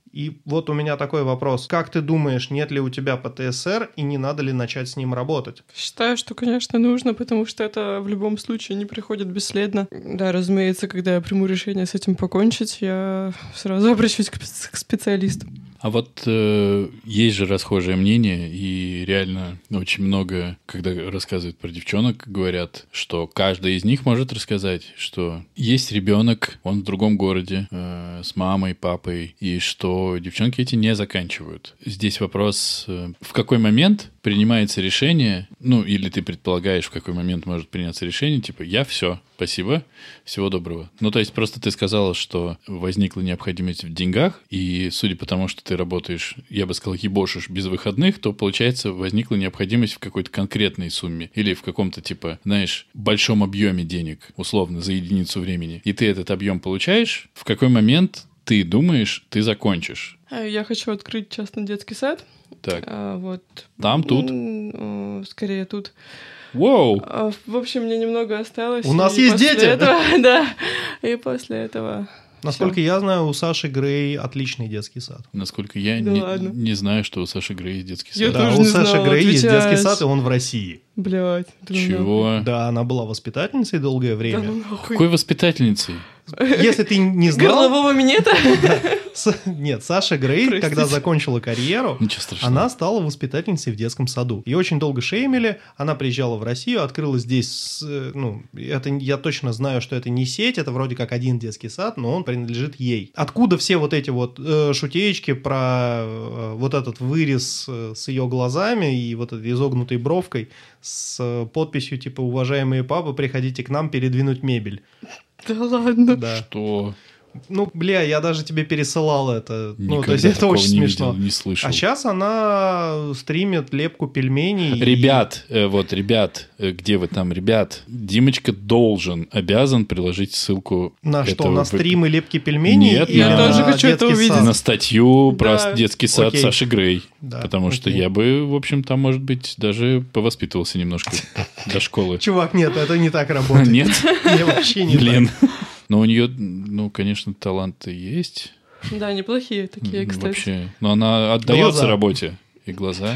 И вот у меня такой вопрос. Как ты думаешь, нет ли у тебя ПТСР и не надо ли начать с ним работать? Считаю, что, конечно, нужно, потому что это в любом случае не приходит бесследно. Да, разумеется, когда я приму решение с этим покончить, я сразу обращусь к к специалисту. А вот э, есть же расхожее мнение, и реально очень много, когда рассказывают про девчонок, говорят, что каждая из них может рассказать, что есть ребенок, он в другом городе, э, с мамой, папой, и что девчонки эти не заканчивают. Здесь вопрос, э, в какой момент принимается решение, ну, или ты предполагаешь, в какой момент может приняться решение, типа, я все, спасибо, всего доброго. Ну, то есть, просто ты сказала, что возникла необходимость в деньгах, и судя по тому, что ты работаешь, я бы сказал, ебошишь без выходных, то, получается, возникла необходимость в какой-то конкретной сумме, или в каком-то, типа, знаешь, большом объеме денег, условно, за единицу времени. И ты этот объем получаешь, в какой момент ты думаешь, ты закончишь? Я хочу открыть частный детский сад. Так. А, вот. Там, тут? М, Скорее тут. Воу! А, В общем, мне немного осталось. У нас и есть после дети! этого- Да. И после этого... Насколько всё. я знаю, у Саши Грей отличный детский сад. Насколько я Да не, ладно. не знаю, что у Саши Грей есть детский Я сад. Да, тоже у не Саши знала, Грей есть детский отвечаешь. сад, и он в России. Блядь. да ну нахуй. Чего? Да, она была воспитательницей долгое Да время. ну нахуй. Какой воспитательницей? Если ты не знал... Горлового минета? С- Нет, Саша Грей, Простите. когда закончила карьеру, Ничего страшного. она стала воспитательницей в детском саду. Ее очень долго шеймили, она приезжала в Россию, открыла здесь, э, ну, это, я точно знаю, что это не сеть, это вроде как один детский сад, но он принадлежит ей. Откуда все вот эти вот э, шутеечки про э, вот этот вырез э, с ее глазами и вот этой изогнутой бровкой с э, подписью типа «Уважаемые папы, приходите к нам передвинуть мебель». Да ладно. Да. Что? Ну, бля, я даже тебе пересылал это. Ну, Никогда то есть это такого очень не смешно. видел, не слышал. А сейчас она стримит лепку пельменей. и- Ребят, э, вот, ребят, э, где вы там, ребят? Димочка должен, обязан приложить ссылку. На что, этого на в- стримы лепки пельменей? Нет, или я на тоже хочу это детский увидеть. сад? На статью про Да. детский сад Окей. Саши Грей. Да, Потому что окей. я бы, в общем, там, может быть, даже повоспитывался немножко до школы. Чувак, нет, это не так работает. Нет? Не, вообще не Блин. так. Но у нее, ну, конечно, таланты есть. Да, неплохие такие, кстати. Вообще. Но она отдается Глаза. работе. И глаза.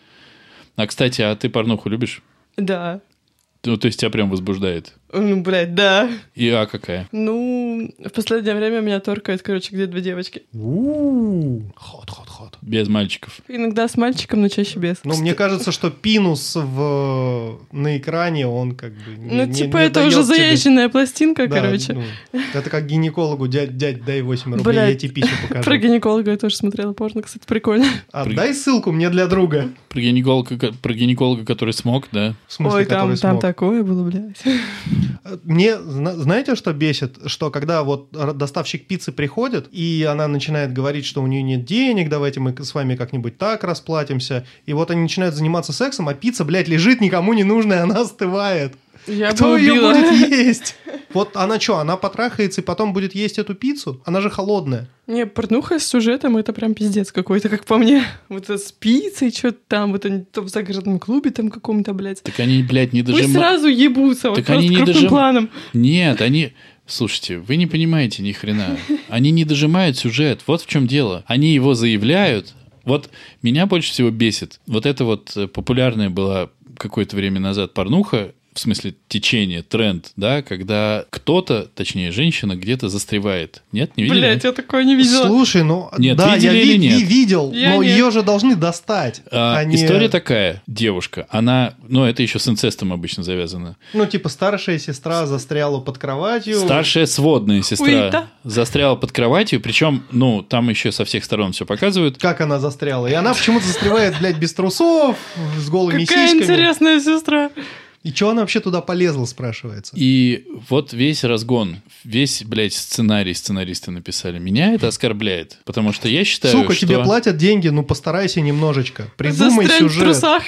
А, кстати, а ты порнуху любишь? Да. Ну, то есть тебя прям возбуждает. Ну, блядь, да. И а какая? Ну, в последнее время меня торкают, короче, где две девочки. У-у-у. Ход, ход, ход. Без мальчиков. Иногда с мальчиком, но чаще без. Ну, мне кажется, что пинус в... на экране, он как бы... не- Ну, не- типа, не это дает уже тебе- заезженная пластинка, Да, короче. ну, это как гинекологу, дядь, дядь, дай восемь рублей, Блядь. я тебе писю покажу. Про гинеколога я тоже смотрела порно, кстати, прикольно. Отдай ссылку мне для друга. Про гинеколога, про гинеколога, который смог, да? В смысле, Ой, там, который там смог. такое было, блядь. Мне, зна- знаете, что бесит? Что когда вот р- доставщик пиццы приходит, и она начинает говорить, что у нее нет денег, давайте мы с вами как-нибудь так расплатимся, и вот они начинают заниматься сексом, а пицца, блядь, лежит никому не нужная, она остывает. Я Кто бы ее убила. будет есть? Вот она что, она потрахается и потом будет есть эту пиццу? Она же холодная. Не, порнуха с сюжетом — это прям пиздец какой-то, как по мне. Вот это с пиццей, что-то там, вот они то в загородном клубе там каком-то, блядь. Так они, блядь, не дожимают. Пусть сразу ебутся, вот Так просто они не крупным дожим... планом. Нет, они... Слушайте, вы не понимаете ни хрена. Они не дожимают сюжет. Вот в чем дело. Они его заявляют. Вот меня больше всего бесит. Вот это вот популярная была какое-то время назад порнуха, в смысле течение, тренд, да, когда кто-то, точнее женщина, где-то застревает. Нет, не видели? Блять, я такое не видела. Слушай, ну нет, да, я или ви- нет? ви- видел, Я но нет. ее же должны достать. А, а не- История такая. Девушка, она, ну это еще с инцестом обычно завязано. Ну, типа, старшая сестра застряла под кроватью. Старшая сводная сестра Уита. застряла под кроватью, причем, ну, там еще со всех сторон все показывают. Как она застряла? И она почему-то застревает, блядь, без трусов, с голыми Какая сиськами. интересная сестра. И что она вообще туда полезла, спрашивается? И вот весь разгон, весь, блядь, сценарий сценаристы написали. Меня это оскорбляет, потому что я считаю, Сука, что... тебе платят деньги, ну постарайся немножечко. Придумай Застрянь в сюжет. трусах.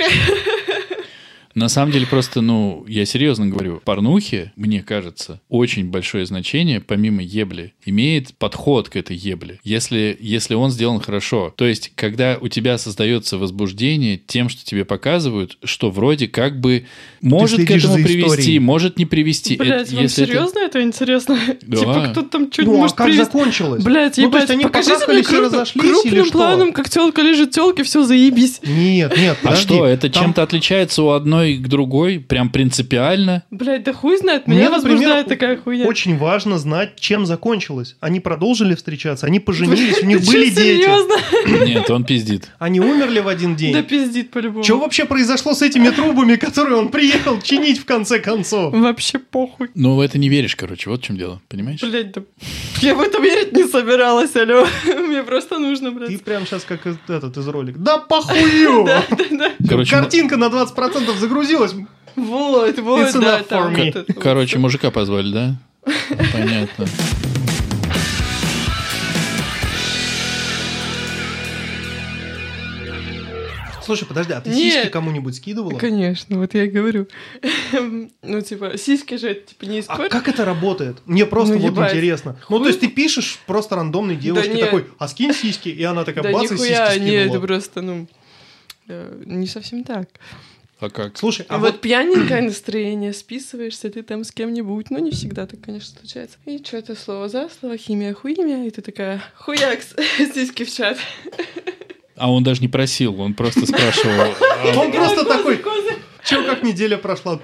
На самом деле просто, ну, я серьезно говорю, порнухе, мне кажется, очень большое значение, помимо ебли, имеет подход к этой ебле, если, если он сделан хорошо. То есть, когда у тебя создается возбуждение тем, что тебе показывают, что вроде как бы может к следишь этому за привести, историей. может не привести. Блять, Это- вам если это- серьезно это интересно? Да. Типа, кто там чуть Ну, а может как привести? закончилось? Блять, Ну, то есть ебать, они покажите мне потрахались и крупным, разошлись или крупным что? планом, как телка лежит телке, все, заебись. Нет, нет, А подожди. что, это Там- чем-то отличается у одной к другой? Прям принципиально? Блять, да хуй знает, Мне, меня например, возбуждает такая хуйня. Очень важно знать, чем закончилось. Они продолжили встречаться, они поженились, у них Ты были чё, дети. серьезно? Нет, он пиздит. Они умерли в один день. Да пиздит по-любому. Что вообще произошло с этими трубами, которые он приехал чинить в конце концов? Вообще похуй. Ну, в это не веришь, короче, вот в чем дело, понимаешь? Блять, да я в это верить не собиралась, алло. Мне просто нужно, Ты блядь. прям сейчас как этот из ролика. Да похую! Короче, Картинка на двадцать процентов загрузилась. Вот, вот, It's да, enough там for me. вот это вот Короче, всё. мужика позвали, да? Понятно. Слушай, подожди, а ты Нет. сиськи кому-нибудь скидывала? Конечно, вот я и говорю. Ну, типа, сиськи же, это, типа, не А эскорт. как это работает? Мне просто Ну, вот ебать. интересно. Ну, Хуй- то есть ты пишешь просто рандомной девушке нет. такой, а скинь сиськи, и она такая, Да бац, и нихуя, сиськи нет, это скинула. просто, ну, э, не совсем так. А как? Слушай, А а вот вот пьяненькое настроение, списываешься ты там с кем-нибудь, ну, не всегда так, конечно, случается. И что-то слово за слово, химия, хуимия, и ты такая, хуякс, сиськи в чат. А он даже не просил, он просто спрашивал. а- он просто Козы, такой, козы. чё, как неделя прошла?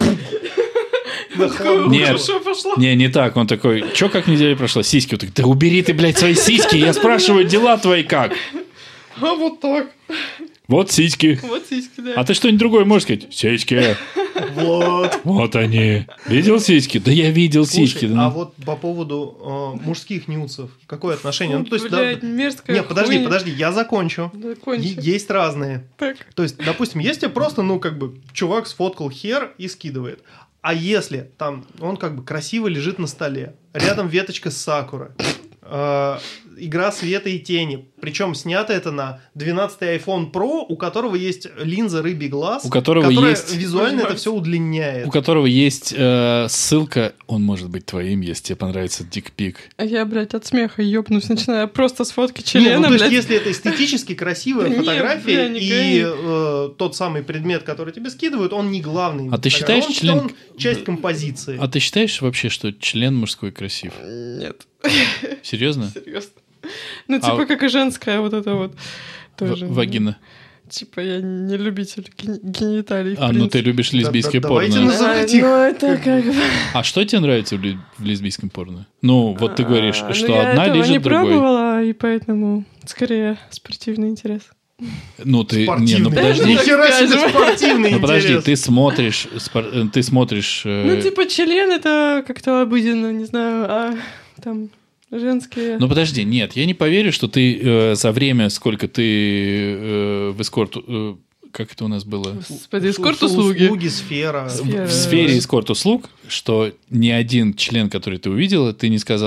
На Такой, хлам. Нет. Хорошо пошло. Не, не так. Он такой, чё, как неделя прошла? Сиськи. Он такой, да убери ты, блядь, свои сиськи. Я спрашиваю, дела твои как? А вот так. Вот сиськи. Вот сиськи, да. А ты что-нибудь другое можешь сказать? Сиськи. Вот. Вот они. Видел сиськи? Да я видел сиськи. Слушай, да. а вот по поводу э, мужских нюцев, какое отношение? Ну, то есть, да- Блядь, мерзкая Не, подожди, хуйня. подожди, я закончу. Да, Е- кончи. Есть разные. Так. То есть, допустим, есть тебе просто, ну, как бы, чувак сфоткал хер и скидывает. А если там он как бы красиво лежит на столе, рядом веточка с сакуры, э, игра света и тени, причем снято это на двенадцатый iPhone Pro, у которого есть линза рыбий глаз, У которого которая есть- визуально это все удлиняет. У которого есть э, ссылка, он может быть твоим, если тебе понравится дикпик. А я, блядь, от смеха ёбнусь, начиная просто с фотки Не, члена, ну, то есть, блядь. если это эстетически красивая Не, фотография, бля, не и гони. э, тот самый предмет, который тебе скидывают, он не главный. А ты Фотография. считаешь он, член- он часть композиции. А ты считаешь вообще, что член мужской красив? Нет, Серьезно? серьезно. Ну, типа, А- как и женская вот это вот. Тоже. В- Вагина. Типа, я не любитель ген- гениталий, в А, ну ты принципе. любишь лесбийское Да- да- давайте порно. на- называть их Ну, это как бы... А что тебе нравится в, ли- в лесбийском порно? Ну, вот ты говоришь, А, что ну, я одна этого лежит не другой. пробовала, и поэтому скорее спортивный интерес. Ну, ты... Не, Спортивный. ну подожди. Ни хера себе скажем. спортивный Ну подожди, интерес. ты смотришь, спор- э, ты смотришь... э, Ну, типа, член это как-то обыденно, не знаю, а там женские... Ну подожди, нет, я не поверю, что ты э, за время, сколько ты э, в эскорт... э, как это у нас было? Господи, Ус- эскорт-услуги. Услуги, сфера. Сфера. В сфере эскорт-услуг, что ни один член, который ты увидела, ты не сказала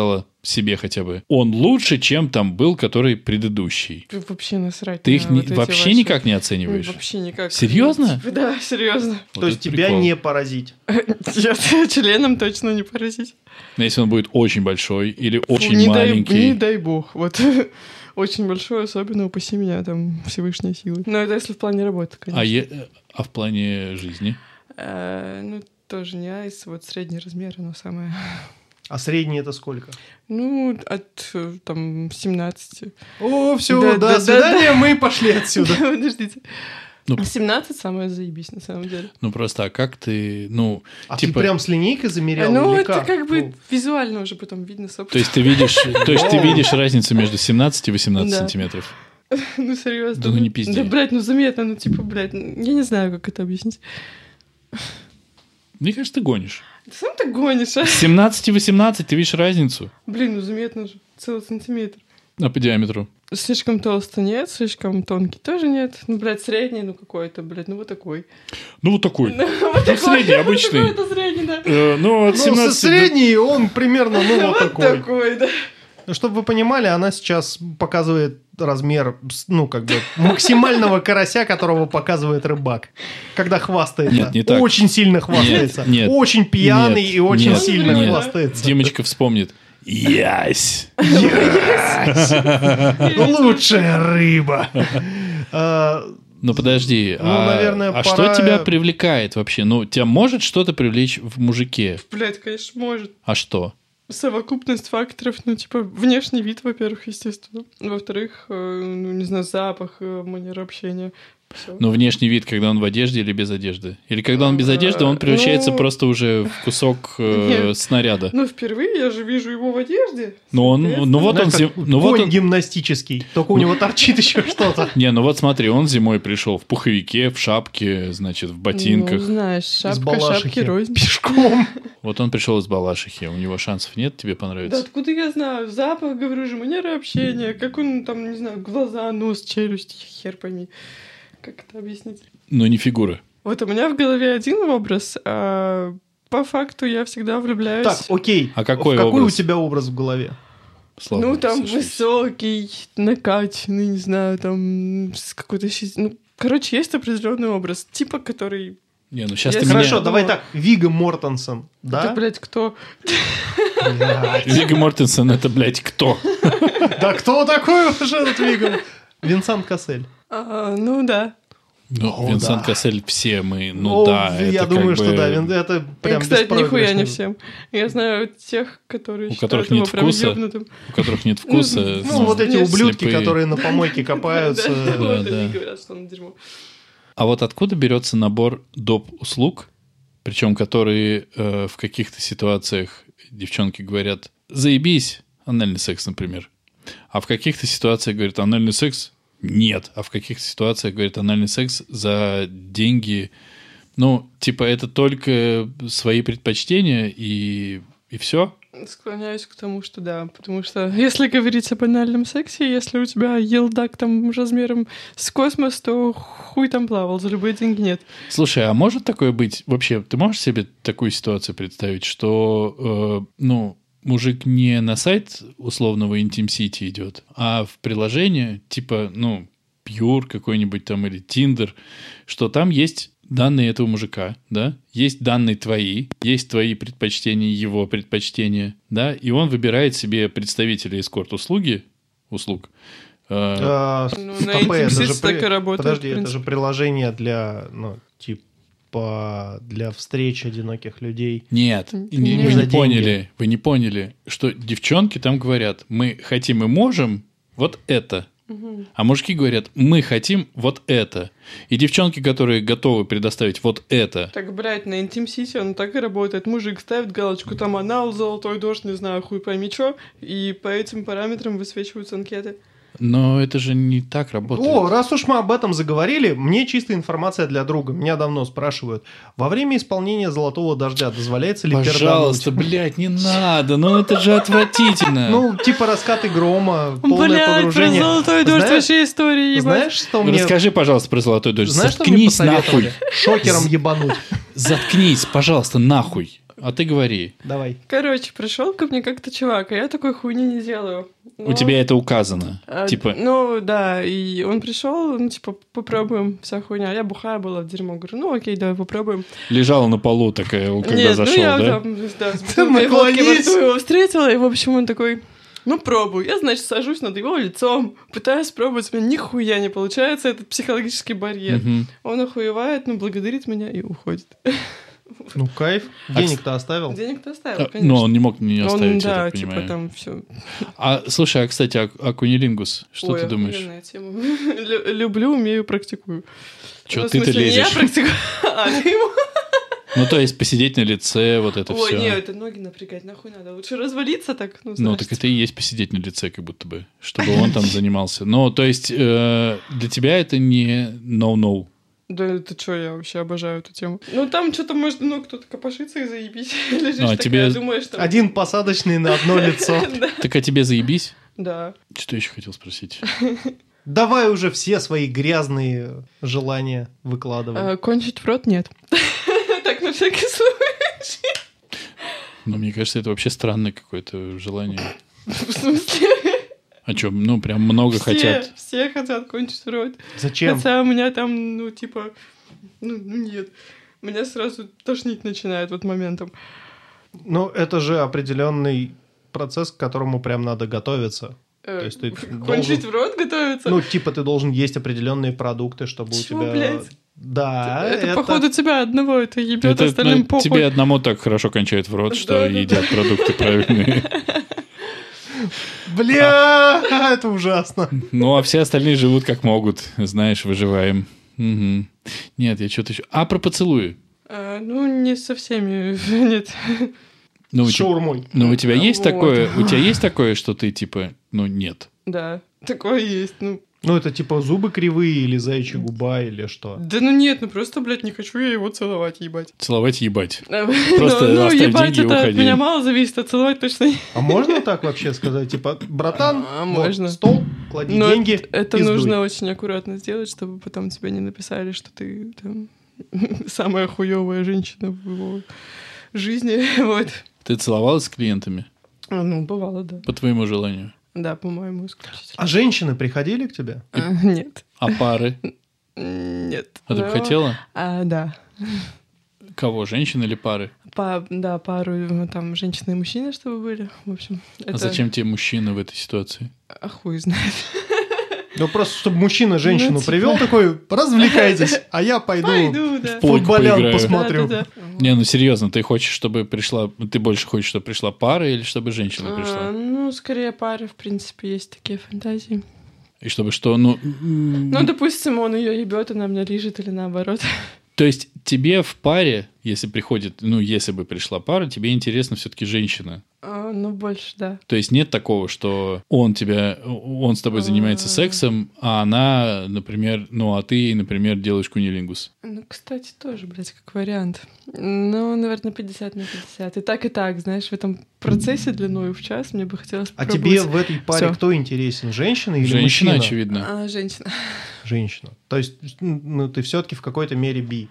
себе хотя бы, он лучше, чем там был, который предыдущий. Вообще насрать. Ты их на не, вот эти вообще ваши- никак не оцениваешь? Вообще никак. Серьезно? Типа, да, серьезно. Вот То есть это тебя прикол. не поразить. Нет, членом точно не поразить. Но если он будет очень большой или Фу, очень не дай- маленький... не дай бог. Вот очень большой, особенно упаси меня, там, Всевышние силы. Но это если в плане работы, конечно. а, е- а в плане жизни? Э, ну, тоже не айс, вот средний размер, оно самое. А средний это сколько? Ну, от э, там семнадцати. О, все, Да, до да, да, свидания, мы пошли отсюда. Подождите. Ну, семнадцать самое заебись, на самом деле. Ну, просто, а как ты... Ну, А типа... ты прям с линейкой замерял ну, или это как? как бы Ну, визуально уже потом видно, собственно. То есть ты видишь, то есть ты видишь разницу между семнадцать и восемнадцать Да. сантиметров? Ну, серьезно. Да ну не пизди. Да, блядь, ну заметно, ну типа, блядь, ну, я не знаю, как это объяснить. Мне кажется, ты гонишь. Ты сам так гонишь, а? С семнадцати восемнадцать ты видишь разницу. Блин, ну заметно же, целый сантиметр. А по диаметру? Слишком толстый нет, слишком тонкий тоже нет. Ну, блядь, средний, ну какой-то, блядь, ну вот такой. Ну, вот такой. Ну, вот такой. средний, обычный. Ну, это средний, да. Э, ну, от ну, со семнадцати... до- средний он примерно, ну, вот Вот такой. такой, да. Чтобы вы понимали, она сейчас показывает размер, ну, как бы, максимального карася, которого показывает рыбак, когда хвастается. Нет, не так. Очень сильно хвастается. Нет, нет. Очень пьяный Нет, и очень нет, сильно нет. хвастается. Димочка вспомнит. Ясь! Лучшая рыба. А, Ну, подожди. Ну, а, наверное, а пора- что тебя привлекает вообще? Ну, тебя может что-то привлечь в мужике? Блядь, конечно, может. А что? Совокупность факторов, ну, типа, внешний вид, во-первых, естественно. Во-вторых, э, ну, не знаю, запах, э, манера общения. Всё. Ну, внешний вид, когда он в одежде или без одежды? Или когда он без одежды, он превращается Ну, просто уже в кусок э, нет. снаряда? Ну, впервые я же вижу его в одежде. Ну, он, ну вот он, знаешь, зим- как ну вот конь он, гимнастический, только у него торчит еще что-то. не, ну вот смотри, он зимой пришел в пуховике, в шапке, значит, в Ну, ботинках. знаешь, шапка, Балашихи. шапки рознь. Пешком. Вот он пришел из Балашихи, у него шансов нет тебе Да понравится? откуда я знаю? Запах, говорю же, манера общения, как он там, не знаю, глаза, нос, челюсть, хер пойми. Как это объяснить? Но не фигура. Вот у меня в голове один образ, а по факту я всегда влюбляюсь. Так, окей. А какой В какой образ? у тебя образ в голове? Слава ну, богу, там сошлись. высокий, накачанный, не знаю, там с какой-то... щи- Ну, короче, есть определенный образ, типа, который... Не, ну сейчас Я ты Меня- Хорошо, меня... давай так. Вига Мортенсен, Да, да? блядь, кто? Блядь. Вигго Мортенсен, это, блядь, кто? Да кто такой уже этот Вига? Винсент Кассель. А, ну, да. Ну, О, Винсент да. Кассель все мы, ну О, да. Я это думаю, как что бы- да, Вин- это прям И, кстати, нихуя не беспроигрышно. всем. Я знаю тех, которые У считают которых его нет прям вкуса. ёбнутым. У которых нет вкуса. Ну, вот эти Нет, ублюдки, слепые. которые на помойке копаются. Да, Да, вот да. они говорят, что он дерьмо. А вот откуда берется набор доп. Услуг, причем которые э, в каких-то ситуациях девчонки говорят «заебись», анальный секс, например. А в каких-то ситуациях говорят «анальный секс» нет. А в каких-то ситуациях говорят «анальный секс за деньги». Ну, типа, это только свои предпочтения и, и все. Склоняюсь к тому, что да, потому что если говорить о банальном сексе, если у тебя елдак там размером с космос, то хуй там плавал, за любые деньги нет. Слушай, а может такое быть? Вообще, ты можешь себе такую ситуацию представить, что, э, ну, мужик не на сайт условного Intim City идет, а в приложение типа, ну, Pure какой-нибудь там или Tinder, что там есть данные этого мужика, да, есть данные твои, есть твои предпочтения, его предпочтения, да, и он выбирает себе представителя эскорт-услуги, услуг. Э, А, Ну, стоп, на это Intim же Sits при- так и работает, Подожди, в это принципе. же приложение для, ну, типа, для встреч одиноких людей. Нет, Н- не- нет. вы За не деньги. поняли, вы не поняли, что девчонки там говорят, мы хотим и можем вот это, Мгм. а мужики говорят, мы хотим вот это. И девчонки, которые готовы предоставить вот это, Так, блядь, на Intim City он так и работает. Мужик ставит галочку, там анал, золотой дождь, не знаю, хуй пойми чё, и по этим параметрам высвечиваются анкеты. но это же не так работает. О, раз уж мы об этом заговорили, мне чистая информация для друга. Меня давно спрашивают, во время исполнения «Золотого дождя» дозволяется ли Пожалуйста, пердануть? блядь, не надо, ну это же отвратительно. Ну, типа раскаты грома, полное Блядь, про погружение. золотой дождь Знаешь- вообще история, ебать. Знаешь, что мне... Расскажи, пожалуйста, про золотой дождь. Знаешь, что мне Заткнись нахуй. посоветовали? Шокером ебануть. Заткнись, пожалуйста, нахуй. А ты говори. Давай. Короче, пришел ко мне как-то чувак, а я такой хуйни не делаю. Но... У тебя это указано. А, типа... Ну, да, и он пришел, ну, типа, попробуем, вся хуйня. Я бухая была в дерьмо. Говорю, ну, окей, давай попробуем. Лежала на полу такая, когда Нет, зашел, ну, я да? там, да, с бутылкой водки во рту его встретила, и, в общем, он такой... Ну, пробую. Я, значит, сажусь над его лицом, пытаюсь пробовать, у меня нихуя не получается, этот психологический барьер. Угу. Он охуевает, ну, благодарит меня и уходит. Ну, кайф. Денег-то оставил? Денег-то оставил, А, конечно. но он не мог не оставить, он, да, я так типа понимаю. там все. А, слушай, а, кстати, а, а кунилингус, что Ой, ты думаешь? охуенная тема. Лю- Люблю, умею, практикую. Чё Ну, в ты-то смысле, не я лезешь? практикую, а ты ему. Ну, то есть посидеть на лице, вот это Ой, все. нет, это ноги напрягать, нахуй надо. Лучше развалиться так, ну, Ну, знаешь, так это и есть посидеть на лице, как будто бы, чтобы он там занимался. Ну, то есть э, для тебя это не no-no. Да это что, я вообще обожаю эту тему. Ну, там что-то, может, ну, кто-то копошится и заебись. Лежишь Ну, а такая, тебе- думаешь, там... Один посадочный на одно лицо. Да. Так а тебе заебись? Да. Что еще хотел спросить? Давай уже все свои грязные желания выкладывай. А, кончить в рот нет. Так, на всякий случай. Ну, мне кажется, это вообще странное какое-то желание. В смысле? А что, ну, прям много Все, хотят. все хотят кончить в рот. Зачем? Хотя у меня там, ну, типа, ну, ну, нет. Меня сразу тошнить начинает вот моментом. Ну, это же определенный процесс, к которому прям надо готовиться. Э, То есть ты Кончить должен- в рот готовиться? Ну, типа, ты должен есть определенные продукты, чтобы Чё, у тебя... блядь? Да, это, походу, тебя одного это ебет, Это, остальным ну, похуй. тебе одному так хорошо кончает в рот, что Да, да, едят да. продукты правильные. Бля, это ужасно. Ну, а все остальные живут как могут. Знаешь, выживаем. Мгм. Нет, я что-то еще... А, про поцелуи. А, ну, не со всеми, нет. Ну, у С тебя- шаурмой. ну, у тебя есть Вот. такое... У тебя есть такое, что ты, типа, ну, нет? Да, такое есть, ну. Ну, это типа зубы кривые или заячья губа или что? Да ну нет, ну просто, блядь, не хочу я его целовать, ебать. Целовать ебать. Просто оставь ебать, деньги и это от уходи. меня мало зависит, а целовать точно не. А можно так вообще сказать? Типа, братан, А, вот можно. стол, клади Но деньги, это- это пиздуй. нужно очень аккуратно сделать, чтобы потом тебе не написали, что ты там самая хуевая женщина в его жизни, вот. Ты целовалась с клиентами? А, Ну, бывало, да. По твоему желанию. Да, по-моему, исключительно. А женщины приходили к тебе? А, Нет. А пары? Нет. А ты бы Но- хотела? А, да. Кого, женщин или пары? Па- да, пару ну, там женщины и мужчины, чтобы были. В общем, это... А зачем тебе мужчина в этой ситуации? А хуй знает. Ну, просто, чтобы мужчина женщину Ну, типа- привел, такой, развлекайтесь, а я пойду, Пойду, да. Плойку футболян поиграю. посмотрю. Да-да-да. Не, ну серьезно, ты хочешь, чтобы пришла... Ты больше хочешь, чтобы пришла пара или чтобы женщина А, пришла? ну, скорее пары, в принципе, есть такие фантазии. И чтобы что, ну... м, Ну, допустим, он ее ебет, она меня лежит или наоборот. То есть тебе в паре, если приходит... Ну, если бы пришла пара, тебе интересна все-таки женщина. А, ну, больше, да. То есть нет такого, что он тебя... Он с тобой занимается А. сексом, а она, например... Ну, а ты, например, делаешь кунилингус. Ну, кстати, тоже, блядь, как вариант. Ну, наверное, пятьдесят на пятьдесят. И так, и так, знаешь, в этом процессе длиной в час мне бы хотелось А попробовать. тебе в этой паре Всё. кто интересен, женщина или Женщина, мужчина? очевидно. А, женщина. Женщина. То есть, ну, ты все-таки в какой-то мере би.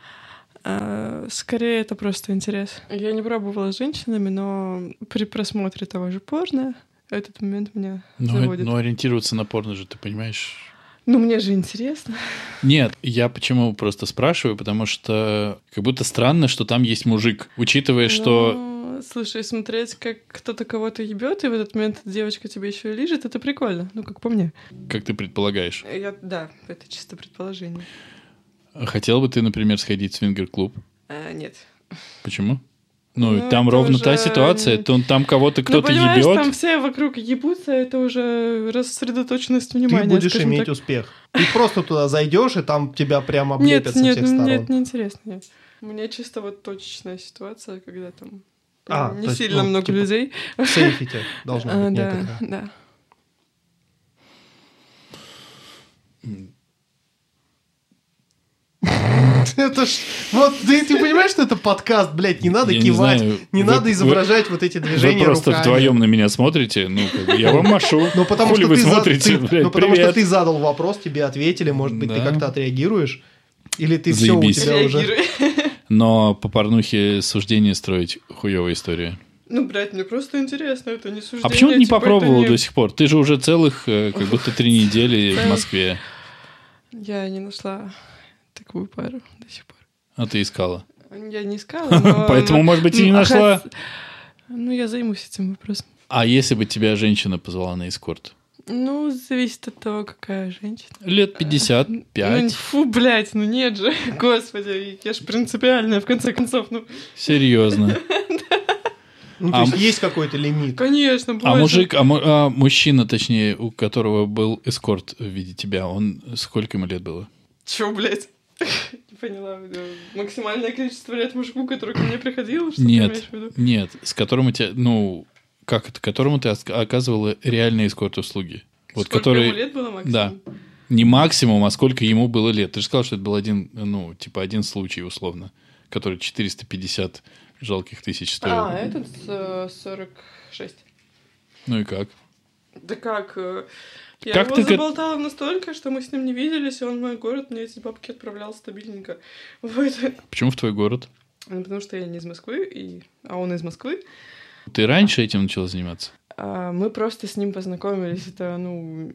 А, скорее, это просто интерес. Я не пробовала с женщинами, но при просмотре того же порно этот момент меня Но, заводит. но ориентироваться на порно же, ты понимаешь... Ну, мне же интересно. Нет, я почему просто спрашиваю, потому что как будто странно, что там есть мужик, учитывая, что... Ну, слушай, смотреть, как кто-то кого-то ебет, и в этот момент девочка тебе еще и лежит, это прикольно. Ну, как по мне. Как ты предполагаешь. Я, да, это чисто предположение. Хотел бы ты, например, сходить в свингер-клуб? А, нет. Почему? Ну, Ну, там это ровно уже- та ситуация, то там кого-то кто-то ну, понимаешь, ебет. там все вокруг ебутся, это уже рассредоточенность Ты внимания. будешь скажем иметь так. успех. Ты просто туда зайдешь, и там тебя прям Нет, облепят со нет, всех сторон. нет, не интересно. Нет. У меня чисто вот точечная ситуация, когда там А, не то есть, сильно ну, много типа, людей. В сейфите должно А, быть да, некоторое. да. Это ж... Вот, ты, ты понимаешь, что это подкаст, блядь, не надо Я не кивать, знаю, не вы- надо вы- изображать вот эти Вы движения просто руками. вдвоем на меня смотрите, ну, как бы я вам машу. Ну, потому Хули что вы ты, за- смотрите, ты- блядь, ну, потому что привет. ты задал вопрос, тебе ответили, может быть, ты Да. как-то отреагируешь, или ты все, у Заебись. тебя уже... Реагируй. Но по порнухе суждение строить хуевая история. Ну, блядь, мне просто интересно, это не суждение. А почему ты не типа, попробовал не... до сих пор? Ты же уже целых как будто три недели в Москве. Я не нашла такую пару до сих пор. А ты искала? Я не искала, но... Поэтому, может быть, и не нашла? Ну, я займусь этим вопросом. А если бы тебя женщина позвала на эскорт? Ну, зависит от того, какая женщина. Лет пятьдесят пять. Ну, фу, блядь, ну нет же. Господи, я ж принципиальная, в конце концов. Ну. Серьезно. Ну, то а, есть есть какой-то лимит. Конечно, больше. А мужик, а, а мужчина, точнее, у которого был эскорт в виде тебя, он сколько ему лет было? Чё, блядь? Не поняла. Максимальное количество лет мужику, который ко мне приходил? Что нет, ты имеешь в виду? Нет, с которым у тебя, ну, как это, которому ты оказывала реальные эскорт-услуги. Вот Сколько который... ему лет было максимум? Да. Не максимум, а сколько ему было лет. Ты же сказал, что это был один, ну, типа один случай, условно, который четыреста пятьдесят жалких тысяч стоил. А, этот э, сорок шесть. Ну и как? Да как? э, Я Как его ты... заболтала настолько, что мы с ним не виделись, и он в мой город мне эти бабки отправлял стабильненько. Вот. Почему в твой город? Ну, потому что я не из Москвы, и... а он из Москвы. Ты раньше этим начала заниматься? А мы просто с ним познакомились. Это, ну...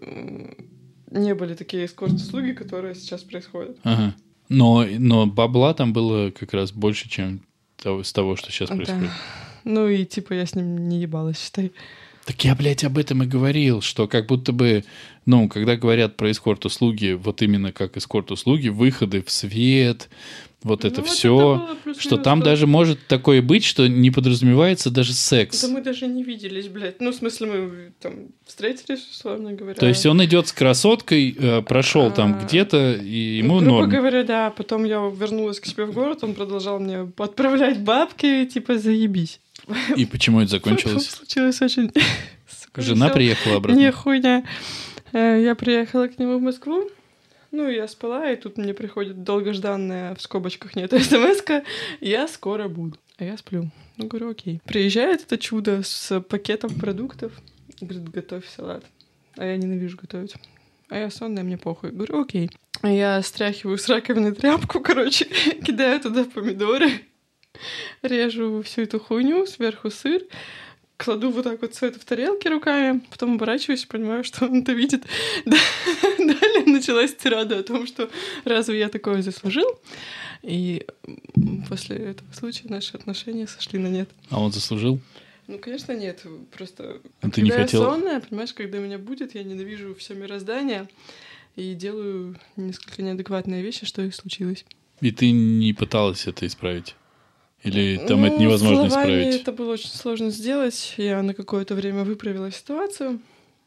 Не были такие эскорт-услуги, которые сейчас происходят. Ага. Но, но бабла там было как раз больше, чем того, с того, что сейчас происходит. Да. Ну и типа я с ним не ебалась, считай. Так я, блядь, об этом и говорил, что как будто бы, ну, когда говорят про эскорт-услуги, вот именно как эскорт-услуги, выходы в свет, вот это ну, все, это что там что... даже может такое быть, что не подразумевается даже секс. Да мы даже не виделись, блядь. Ну, в смысле, мы там встретились, условно говоря. То есть он идет с красоткой, э, прошел там А, где-то, и ему грубо норм. говоря, да. Потом я вернулась к себе в город, он продолжал мне отправлять бабки, типа, заебись. И почему это закончилось? Потом случилось очень... Жена приехала обратно? Не, хуйня. Я приехала к нему в Москву. Ну, я спала, и тут мне приходит долгожданная, в скобочках нет, смс-ка, я скоро буду. А я сплю. Ну, говорю, окей. Приезжает это чудо с пакетом продуктов. Говорит, готовь салат. А я ненавижу готовить. А я сонная, мне похуй. Говорю, окей. А я стряхиваю с раковины тряпку, короче, кидаю туда помидоры, режу всю эту хуйню, сверху сыр, кладу вот так вот все это в тарелке руками, потом оборачиваюсь и понимаю, что он это видит. Далее началась тирада о том, что разве я такое заслужил? И после этого случая наши отношения сошли на нет. А он заслужил? Ну, конечно, нет. Просто а ты не когда хотел... я сонная, понимаешь, когда меня будет, я ненавижу все мироздание и делаю несколько неадекватные вещи, что и случилось. И ты не пыталась это исправить? Или там ну, это невозможно словами исправить? Это было очень сложно сделать. Я на какое-то время выправила ситуацию.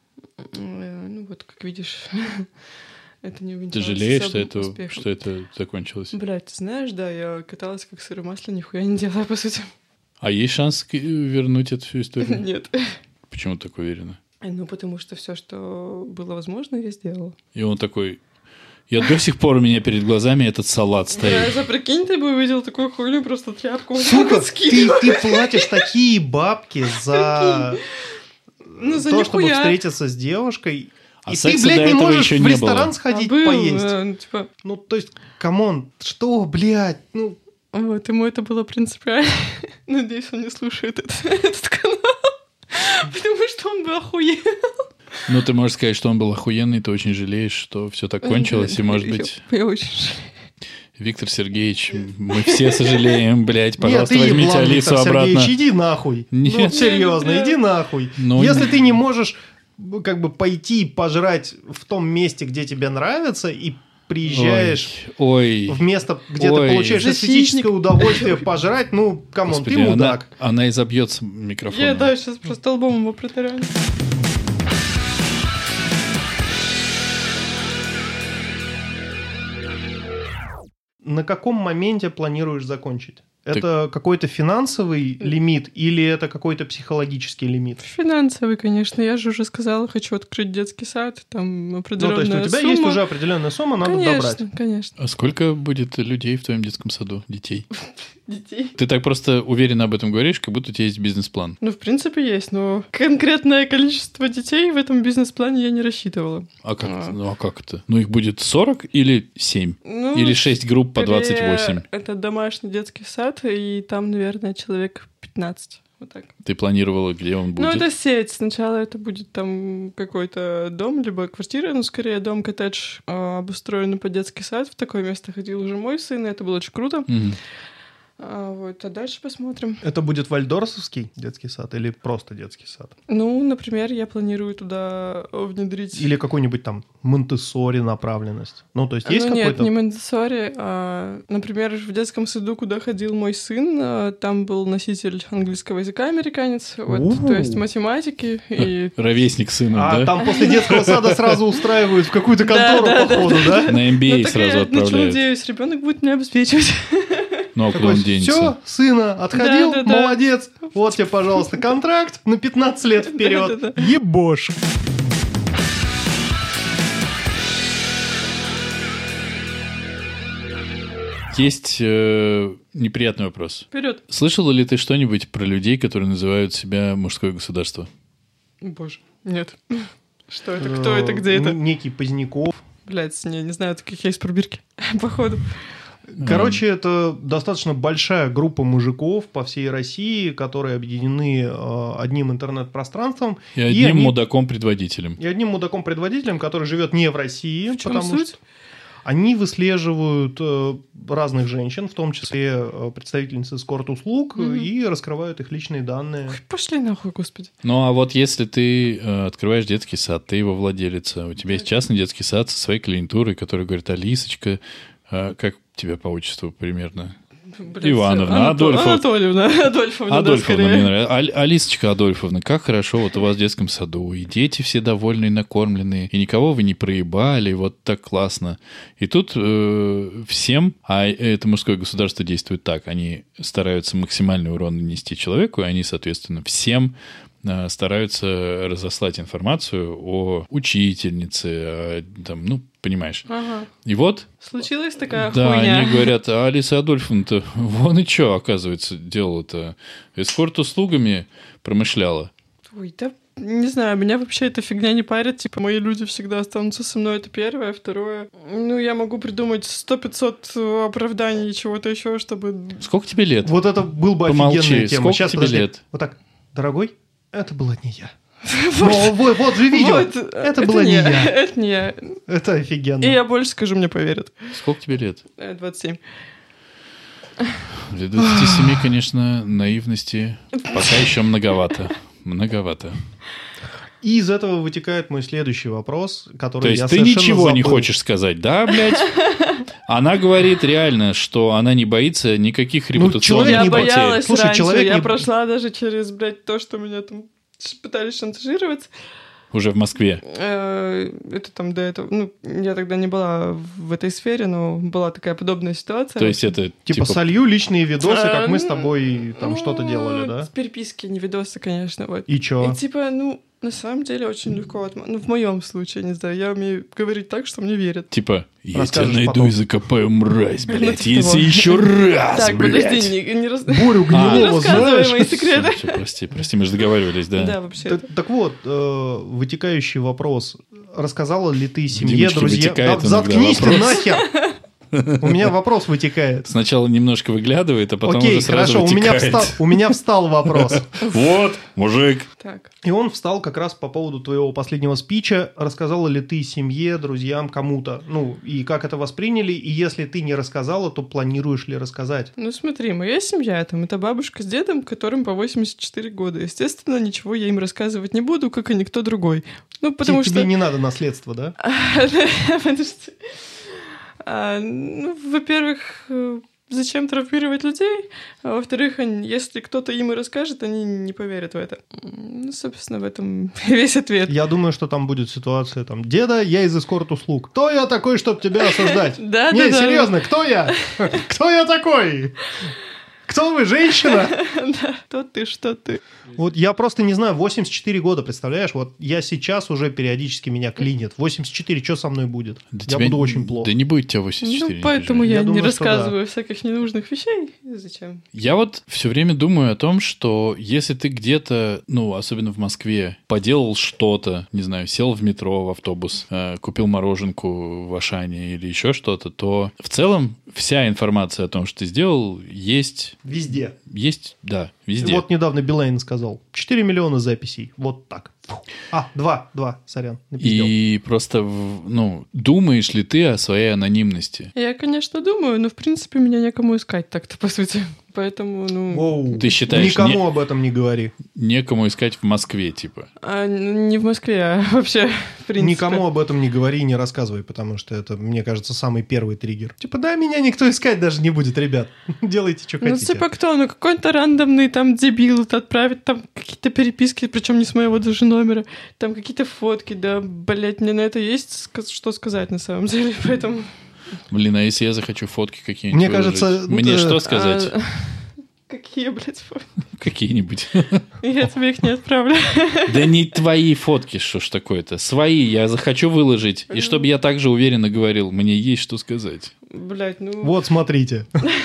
Ну вот, как видишь, это не увенчалось. Ты жалеешь, что это, что это закончилось? Блядь, ты знаешь, да, я каталась как сыр и масло, нихуя не делая, по сути. А есть шанс вернуть эту всю историю? Нет. Почему так уверена? Ну, потому что все, что было возможно, я сделала. И он такой... Я до сих пор у меня перед глазами этот салат стоит. Да, прикинь, ты бы увидел такую хуйню, просто тряпку. Сука, ты, ты платишь такие бабки за ну, за то, нихуя. чтобы встретиться с девушкой. А и ты, секса блядь, до не этого можешь еще в не ресторан было. сходить а был, поесть. э, ну, типа... ну, то есть, камон, что, блядь, ну... Вот, ему это было принципиально. Надеюсь, он не слушает этот, этот канал. Потому что он бы охуел. Ну, ты можешь сказать, что он был охуенный, ты очень жалеешь, что все так кончилось, и, может быть... Я, я очень жалею. Виктор Сергеевич, мы все сожалеем, блядь, пожалуйста, Нет, ты возьмите еблан, Алису Виктор обратно. Сергеевич, иди нахуй. Нет. Ну, серьезно, Нет, иди нахуй. Но... Если ты не можешь как бы пойти пожрать в том месте, где тебе нравится, и приезжаешь ой, ой, в место, где ой. ты получаешь эстетическое удовольствие пожрать, ну, камон, Господи, ты мудак. Она, она и забьется микрофоном. Я, да, сейчас просто лбом его протираю. На каком моменте планируешь закончить? Это так... какой-то финансовый лимит или это какой-то психологический лимит? Финансовый, конечно. Я же уже сказала, хочу открыть детский сад, там определенная сумма. Ну, то есть у тебя сумма. есть уже определенная сумма, надо конечно, добрать. Конечно, конечно. А сколько будет людей в твоем детском саду, детей? детей. Ты так просто уверенно об этом говоришь, как будто у тебя есть бизнес-план. Ну, в принципе, есть, но конкретное количество детей в этом бизнес-плане я не рассчитывала. А как, А. это? Ну, а как это? Ну, их будет сорок или семь? Ну, Или шесть групп по двадцать восемь? скорее, это домашний детский сад, и там, наверное, человек пятнадцать. Вот так. Ты планировала, где он будет? Ну, это сеть. Сначала это будет там какой-то дом, либо квартира, ну, скорее дом-коттедж, э, обустроенный под детский сад. В такое место ходил уже мой сын, и это было очень круто. Мгм. А, вот, а дальше посмотрим. Это будет вальдорфский детский сад или просто детский сад? Ну, например, я планирую туда внедрить... Или какой-нибудь там Монтессори направленность? Ну, то есть есть ну, какой-то... нет, не Монтессори, а, например, в детском саду, куда ходил мой сын, а, там был носитель английского языка, американец, вот, У-у. то есть математики и... Ровесник сына, А да? там после детского сада сразу устраивают в какую-то контору, Да, да, походу, да? На эм би эй Ну, так сразу я, ну, чё, отправляют. надеюсь, ребенок будет меня обеспечивать. Ну, а куда Такой, он денется? все, сына, отходил, Да, да, да. молодец. Вот тебе, пожалуйста, контракт на пятнадцать лет вперед. Да, да, Ебош. Есть э, неприятный вопрос. Вперед. Слышала ли ты что-нибудь про людей, которые называют себя мужское государство? Боже, нет. Что это? Кто это? Где это? Н- Некий Поздняков. Блядь, не, не знаю, таких есть пробирки, походу. Короче, это достаточно большая группа мужиков по всей России, которые объединены э, одним интернет-пространством. И одним они- мудаком-предводителем. И одним мудаком-предводителем, который живет не в России, В чем потому суть? что они выслеживают э, разных женщин, в том числе э, представительниц эскорт-услуг, Мгм. и раскрывают их личные данные. Ой, пошли нахуй, господи. Ну, а вот если ты э, открываешь детский сад, ты его владелица, у тебя есть частный детский сад со своей клиентурой, который говорит: Алисочка, э, как тебя по отчеству примерно? Блядь, Ивановна, Анато- Адольфов. Анатольевна, Адольфовна, да, Адольфовна, скорее. мне нравится. Аль- Алисочка Адольфовна, как хорошо вот у вас в детском саду. И дети все довольные, накормленные. И никого вы не проебали. Вот так классно. И тут э, всем, а это мужское государство действует так, они стараются максимальный урон нанести человеку, и они, соответственно, всем э, стараются разослать информацию о учительнице, о, там, ну, понимаешь. Ага. И вот Случилась такая да, хуйня. они говорят: а Алиса Адольфовна-то вон и что, оказывается, делала-то. Эскорт-услугами промышляла. Ой, да не знаю, меня вообще эта фигня не парит. Типа, мои люди всегда останутся со мной, это первое. Второе, ну, я могу придумать сто-пятьсот оправданий и чего-то еще, чтобы... Сколько тебе лет? Вот это был бы Помолчи, офигенная тема. сколько Сейчас, тебе подожди. лет? Вот так, дорогой, это была не я. Но вот, вот же видео. Вот, это была не я. Это не я. Это офигенно. И я больше скажу, мне поверят. Сколько тебе лет? Э, двадцать семь. Для двадцати семи, конечно, наивности пока еще многовато. Многовато. И из этого вытекает мой следующий вопрос, который То есть я ты совершенно ничего не забыл. хочешь сказать, да, блядь? Она говорит реально, что она не боится никаких репутационных человек Я не потерь. боялась Слушай, раньше. человек Я не- прошла даже через, блядь, то, что меня там ш- пытались шантажировать. Уже в Москве. Э, Это там до этого... Ну, я тогда не была в этой сфере, но была такая подобная ситуация. То есть это Типа, типа... солью личные видосы, как мы с А, тобой там ну, что-то делали, да? С переписки, не видосы, конечно. Вот. И чё? И типа, ну, на самом деле очень легко отма... Ну, в моем случае, не знаю, я умею говорить так, что мне верят. Типа, я тебя Расскажешь найду потом. и закопаю, мразь, Ну, блядь, типа если того. еще раз, Так, блядь. подожди, не, не раз... Борю А, Гнилова рассказывай знаешь? мои секреты. Всё, всё, прости, прости, мы же договаривались, да. Да, вообще. Так, так вот, э, вытекающий вопрос. Рассказала ли ты семье, Демочки, друзья... вытекает Да, иногда заткнись ты вопрос. нахер! У меня вопрос вытекает. Сначала немножко выглядывает, а потом Окей, уже сразу хорошо, у меня, вытекает. встал, у меня встал вопрос. Вот, мужик. Так. И он встал как раз по поводу твоего последнего спича. Рассказала ли ты семье, друзьям, кому-то? Ну, и как это восприняли? И если ты не рассказала, то планируешь ли рассказать? Ну смотри, моя семья там, это бабушка с дедом, которым по восемьдесят четыре года. Естественно, ничего я им рассказывать не буду, как и никто другой. Ну, потому Тебе что... не надо наследство, да? Подожди. А, ну, во-первых, э, зачем травмировать людей? А во-вторых, они- если кто-то им и расскажет, они не поверят в это. М, Ну, собственно, в этом весь ответ. Я думаю, что там будет ситуация там: деда, я из эскорт-услуг. Кто я такой, чтобы тебя осуждать? Да, Не, да, да. серьезно, кто я? Кто я такой? Кто вы, женщина? Да, то ты, что ты. Вот я просто не знаю, восемьдесят четыре года, представляешь? Вот я сейчас уже периодически меня клинит. восемьдесят четыре, что со мной будет? Да Я тебя- буду очень плохо. Да не будет тебя восемьдесят четыре. Ну, не поэтому переживай. я, Я не думаю, что рассказываю всяких ненужных вещей. Зачем? Я вот все время думаю о том, что если ты где-то, ну, особенно в Москве, поделал что-то, не знаю, сел в метро, в автобус, э, купил мороженку в Ашане или еще что-то, то в целом вся информация о том, что ты сделал, есть, Везде. есть, да, везде. Вот недавно Билайн сказал. четыре миллиона записей. Вот так. А, два, два, сорян, напиздел. И просто, в- ну, думаешь ли ты о своей анонимности? Я, конечно, думаю, но, в принципе, меня некому искать так-то, по сути. Поэтому, ну... Воу. Ты считаешь, Никому не- об этом не говори. Некому искать в Москве, типа. А, н- не в Москве, а вообще, в принципе. Никому об этом не говори и не рассказывай, потому что это, мне кажется, самый первый триггер. Типа, да, меня никто искать даже не будет, ребят. Делайте, что Ну, хотите. типа кто? Ну, какой-то рандомный там дебил вот отправит там какие-то переписки, причем не с моего даже номера, там какие-то фотки, да, блять, мне на это есть ска- что сказать на самом деле, поэтому... Блин, а если я захочу фотки какие-нибудь Мне выложить? кажется, Мне э, что сказать? А, Какие, блядь, фотки? Какие-нибудь. Я тебе их не отправлю. Да не твои фотки, что ж такое-то. Свои я захочу выложить. И чтобы я также уверенно говорил, мне есть что сказать. Блять, ну... Вот, смотрите.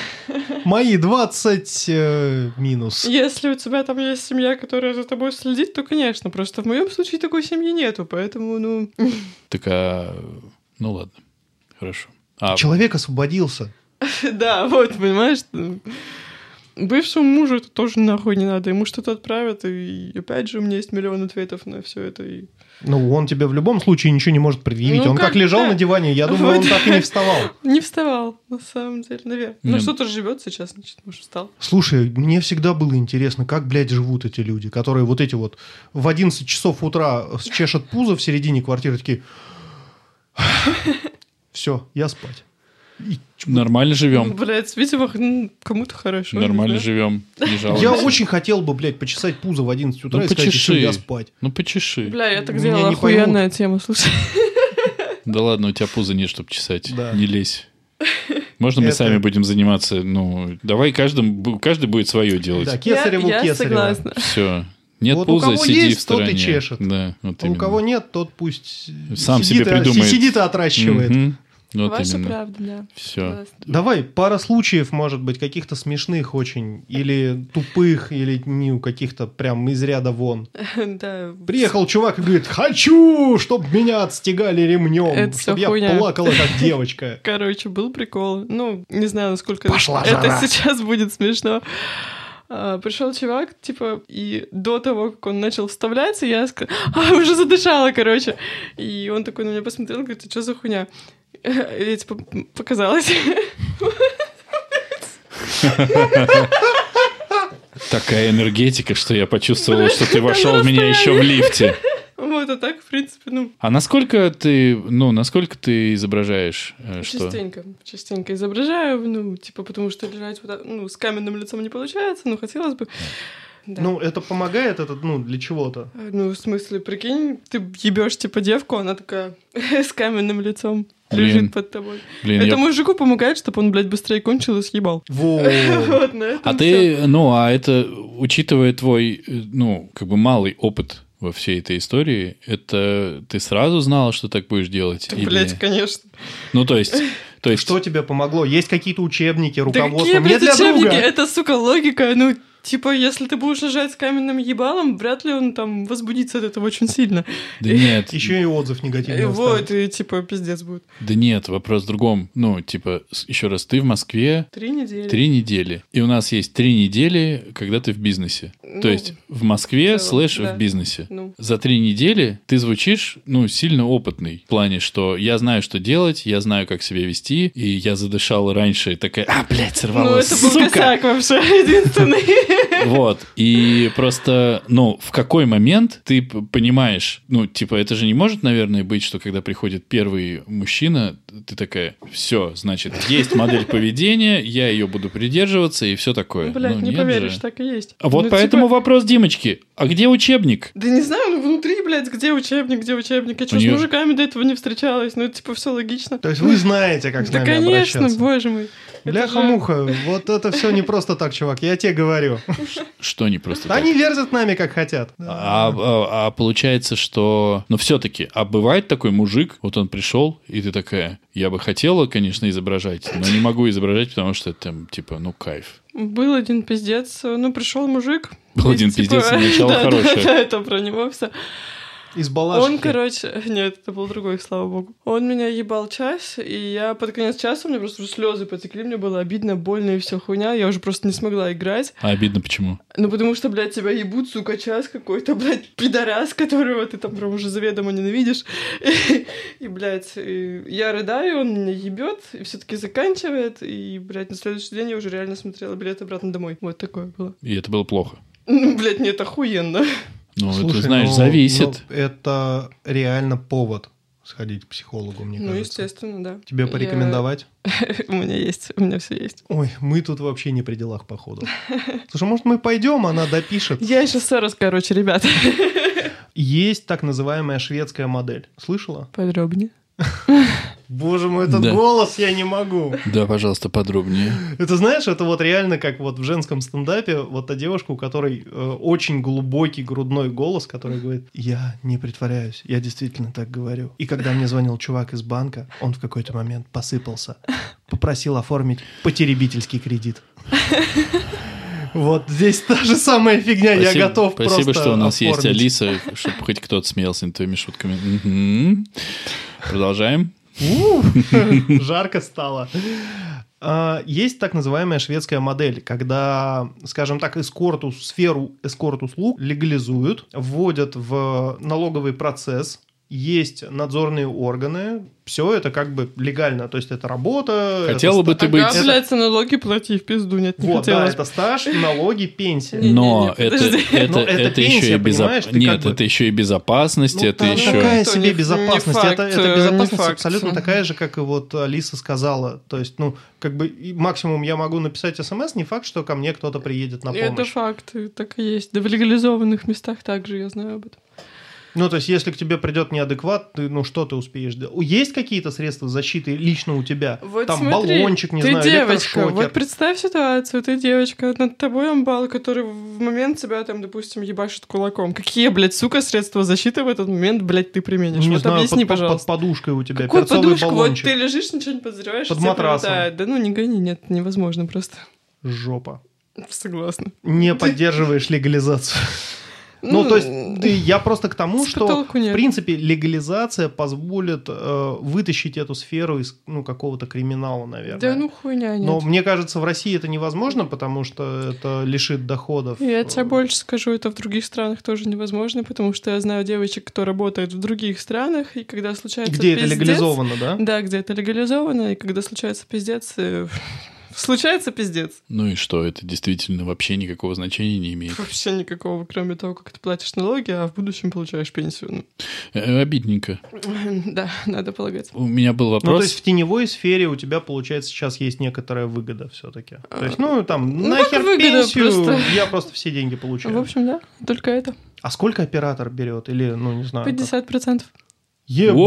Мои двадцать э, минус. Если у тебя там есть семья, которая за тобой следит, то, конечно. Просто в моем случае такой семьи нету, поэтому, ну... Так, а... Ну ладно. Хорошо. А, Человек освободился. Да, вот, понимаешь, ну, бывшему мужу это тоже нахуй не надо. Ему что-то отправят, и опять же у меня есть миллион ответов на все это. И... Ну, он тебе в любом случае ничего не может предъявить. Ну, Он как как лежал так? на диване, я думаю, он Вот. так и не вставал. Не вставал, на самом деле, наверное. Не, Ну, что-то живет сейчас, значит, может, встал. Слушай, мне всегда было интересно, как, блядь, живут эти люди, которые вот эти вот в одиннадцать часов утра чешут пузо в середине квартиры, такие... Все, я спать. И нормально живем. Блять, видимо, ну, кому-то хорошо. Нормально не знаю. живем. Не Я жалуемся. очень хотел бы, блядь, почесать пузо в одиннадцать утра Ну, и сказать, почеши. что я спать. Ну, почеши. Бля, я так Меня делала, не охуенная тема, слушай. Да ладно, у тебя пуза нет, чтобы чесать. Да. Не лезь. Можно мы Это- сами будем заниматься? Ну, давай каждым, каждый будет свое делать. Да, кесареву, я, я кесарево. согласна. Все. Нет Вот у пуза, кого сиди есть, в стороне. тот и чешет. Да, вот А у именно. кого нет, тот пусть Сам сидит себе и- придумает. сидит и отращивает. Мгм. Вот Ваша именно. правда, да. Все. Согласна. Давай, пара случаев, может быть, каких-то смешных очень, или тупых, или ну, каких-то прям из ряда вон. Да. Приехал чувак и говорит, хочу, чтобы меня отстегали ремнем, Это всё чтобы я хуйня. плакала, как девочка. Короче, был прикол. Ну, не знаю, насколько Пошла это жара. сейчас будет смешно. А, пришел чувак, типа, и до того, как он начал вставляться, я сказала, а, уже задышала, короче. И он такой на меня посмотрел, говорит, ты что за хуйня? Я, типа, показалось. Такая энергетика, что я почувствовал, Блядь, что ты это вошел в меня еще в лифте. Вот, а так, в принципе, ну, А насколько ты, ну, насколько ты изображаешь, э, что? частенько, частенько изображаю, ну, типа, потому что лежать вот так, ну, с каменным лицом не получается, но хотелось бы. Да. Ну, это помогает, это, ну, для чего-то. Ну, в смысле, прикинь, ты ебешь типа девку, она такая с каменным лицом Блин. лежит под тобой. Блин, Это я- мужику помогает, чтобы он, блядь, быстрее кончил и съебал. Вот. Вот, на этом А всё. ты, ну, а это, учитывая твой, э, ну, как бы малый опыт во всей этой истории, это ты сразу знала, что так будешь делать? Да, Или- блядь, конечно. Ну, то есть... То есть... Что тебе помогло? Есть какие-то учебники, Да руководство? какие, Мне блядь, для учебники? друга. Это, сука, логика. Ну, типа, если ты будешь лежать с каменным ебалом, вряд ли он там возбудится от этого очень сильно. Да нет, Еще и отзыв негативный. И вот, оставит. и типа, пиздец будет. да нет, вопрос в другом. Ну, типа, с- еще раз, ты в Москве Три недели. три недели, и у нас есть три недели, когда ты в бизнесе. Ну, То есть в Москве в целом, слэш да. в бизнесе. Ну. За три недели ты звучишь, ну, сильно опытный. В плане, что я знаю, что делать, я знаю, как себя вести, и я задышал раньше, и такая, а, блядь, Ну, сорвалась, это был сука! косяк вообще, единственный. Вот. И просто, ну, в какой момент ты п- понимаешь, ну, типа, это же не может, наверное, быть, что когда приходит первый мужчина, ты такая, все, значит, есть модель поведения, я ее буду придерживаться и все такое. Блядь, ну, не нет поверишь, же. так и есть. А вот Ну, поэтому типа... вопрос Димочки. А где учебник? Да не знаю, ну внутри, блядь, где учебник, где учебник? Я что, нее... с мужиками до этого не встречалась? Ну, это типа все логично. То есть вы знаете, как с да, нами конечно, обращаться. боже мой. Бляха-муха, же... вот это все не просто так, чувак, я тебе говорю. Что не просто так? Они верзят нами, как хотят. А, а, а получается, что... Ну, все-таки, а бывает такой мужик, вот он пришел, и ты такая, я бы хотела, конечно, изображать, но не могу изображать, потому что это, типа, ну, кайф. Был один пиздец, ну, пришел мужик. Был один типа... пиздец, и начало да, хорошее. Да, да, это про него все. Из балашки. Он, короче... Нет, это был другой, слава богу. Он меня ебал час, и я под конец часа, у меня просто уже слезы потекли, мне было обидно, больно и все хуйня, я уже просто не смогла играть. А обидно почему? Ну, потому что, блядь, тебя ебут, сука, час какой-то, блядь, пидорас, которого ты там прям уже заведомо ненавидишь. И, и блядь, и я рыдаю, он меня ебет, и все таки заканчивает, и, блядь, на следующий день я уже реально смотрела билет обратно домой. Вот такое было. И это было плохо? Ну, блядь, нет, охуенно. Ну, Слушай, это, знаешь, ну, зависит. Ну, это реально повод сходить к психологу, мне ну, кажется. Ну, естественно, да. Тебе порекомендовать? Я... У меня есть, у меня все есть. Ой, мы тут вообще не при делах, походу. Слушай, может, мы пойдем, она допишет. Я еще ссорюсь, короче, ребята. Есть так называемая шведская модель. Слышала? Подробнее. Боже мой, этот да. голос я не могу. Да, пожалуйста, подробнее. Это знаешь, это вот реально как вот в женском стендапе, вот та девушка, у которой э, очень глубокий грудной голос, который говорит, я не притворяюсь, я действительно так говорю. И когда мне звонил чувак из банка, он в какой-то момент посыпался, попросил оформить потеребительский кредит. Вот здесь та же самая фигня, спасибо, я готов спасибо, просто что у нас оформить. есть Алиса, чтобы хоть кто-то смеялся над твоими шутками. Угу. Продолжаем. Жарко стало. Есть так называемая шведская модель, когда, скажем так, эскорту, сферу эскорт-услуг легализуют, вводят в налоговый процесс, есть надзорные органы, все это как бы легально, то есть это работа. Хотела это бы ста... ты быть... Ага, блядь, налоги плати, в пизду, нет, не вот, хотелось. да, это стаж, налоги, пенсия. Но Не, не, не, это, это, Но это это пенсия, еще и понимаешь, безопасность. ты Нет, как бы- это еще и безопасность, Ну, это там еще... такая То себе не- безопасность. не факт, это, это не безопасность факт. абсолютно такая же, как и вот Алиса сказала. То есть, ну, как бы и максимум я могу написать смс, не факт, что ко мне кто-то приедет на Это помощь. факт, так и есть. Да в легализованных местах также я знаю об этом. Ну, то есть, если к тебе придет неадекват, ты, ну, что ты успеешь делать? Есть какие-то средства защиты лично у тебя? Вот Там смотри, баллончик, не ты знаю, девочка, электрошокер. вот представь ситуацию, ты девочка, над тобой амбал, который в момент тебя там, допустим, ебашит кулаком. Какие, блядь, сука, средства защиты в этот момент, блядь, ты применишь? Ну, не вот знаю, объясни, под, под- пожалуйста. под подушкой у тебя, Какой перцовый подушка? Вот баллончик. ты лежишь, ничего не подозреваешь, Под и тебя матрасом. прилетает. Да ну, не гони, нет, невозможно просто. Жопа. Согласна. Не поддерживаешь легализацию. Ну, то есть, ты- я просто к тому, с что, потолку в нет. принципе, легализация позволит э, вытащить эту сферу из, ну, какого-то криминала, наверное. Да ну хуйня нет. Но мне кажется, в России это невозможно, потому что это лишит доходов. Я тебе больше скажу, это в других странах тоже невозможно, потому что я знаю девочек, кто работает в других странах, и когда случается Где это пиздец- легализовано, да? Да, где это легализовано, и когда случается пиздец, э, случается пиздец. Ну и что, это действительно вообще никакого значения не имеет. Вообще никакого, кроме того, как ты платишь налоги, а в будущем получаешь пенсию. Ну, Э, Обидненько. да, надо полагаться. У меня был Ну, то вопрос. есть в теневой сфере у тебя, получается, сейчас есть некоторая выгода все-таки. То есть, ну, там, Ну, нахер как выгода пенсию, просто. я просто все деньги получаю. В общем, да, только это. А сколько оператор берет? Или, ну, не знаю. как? пятьдесят процентов. Ебать!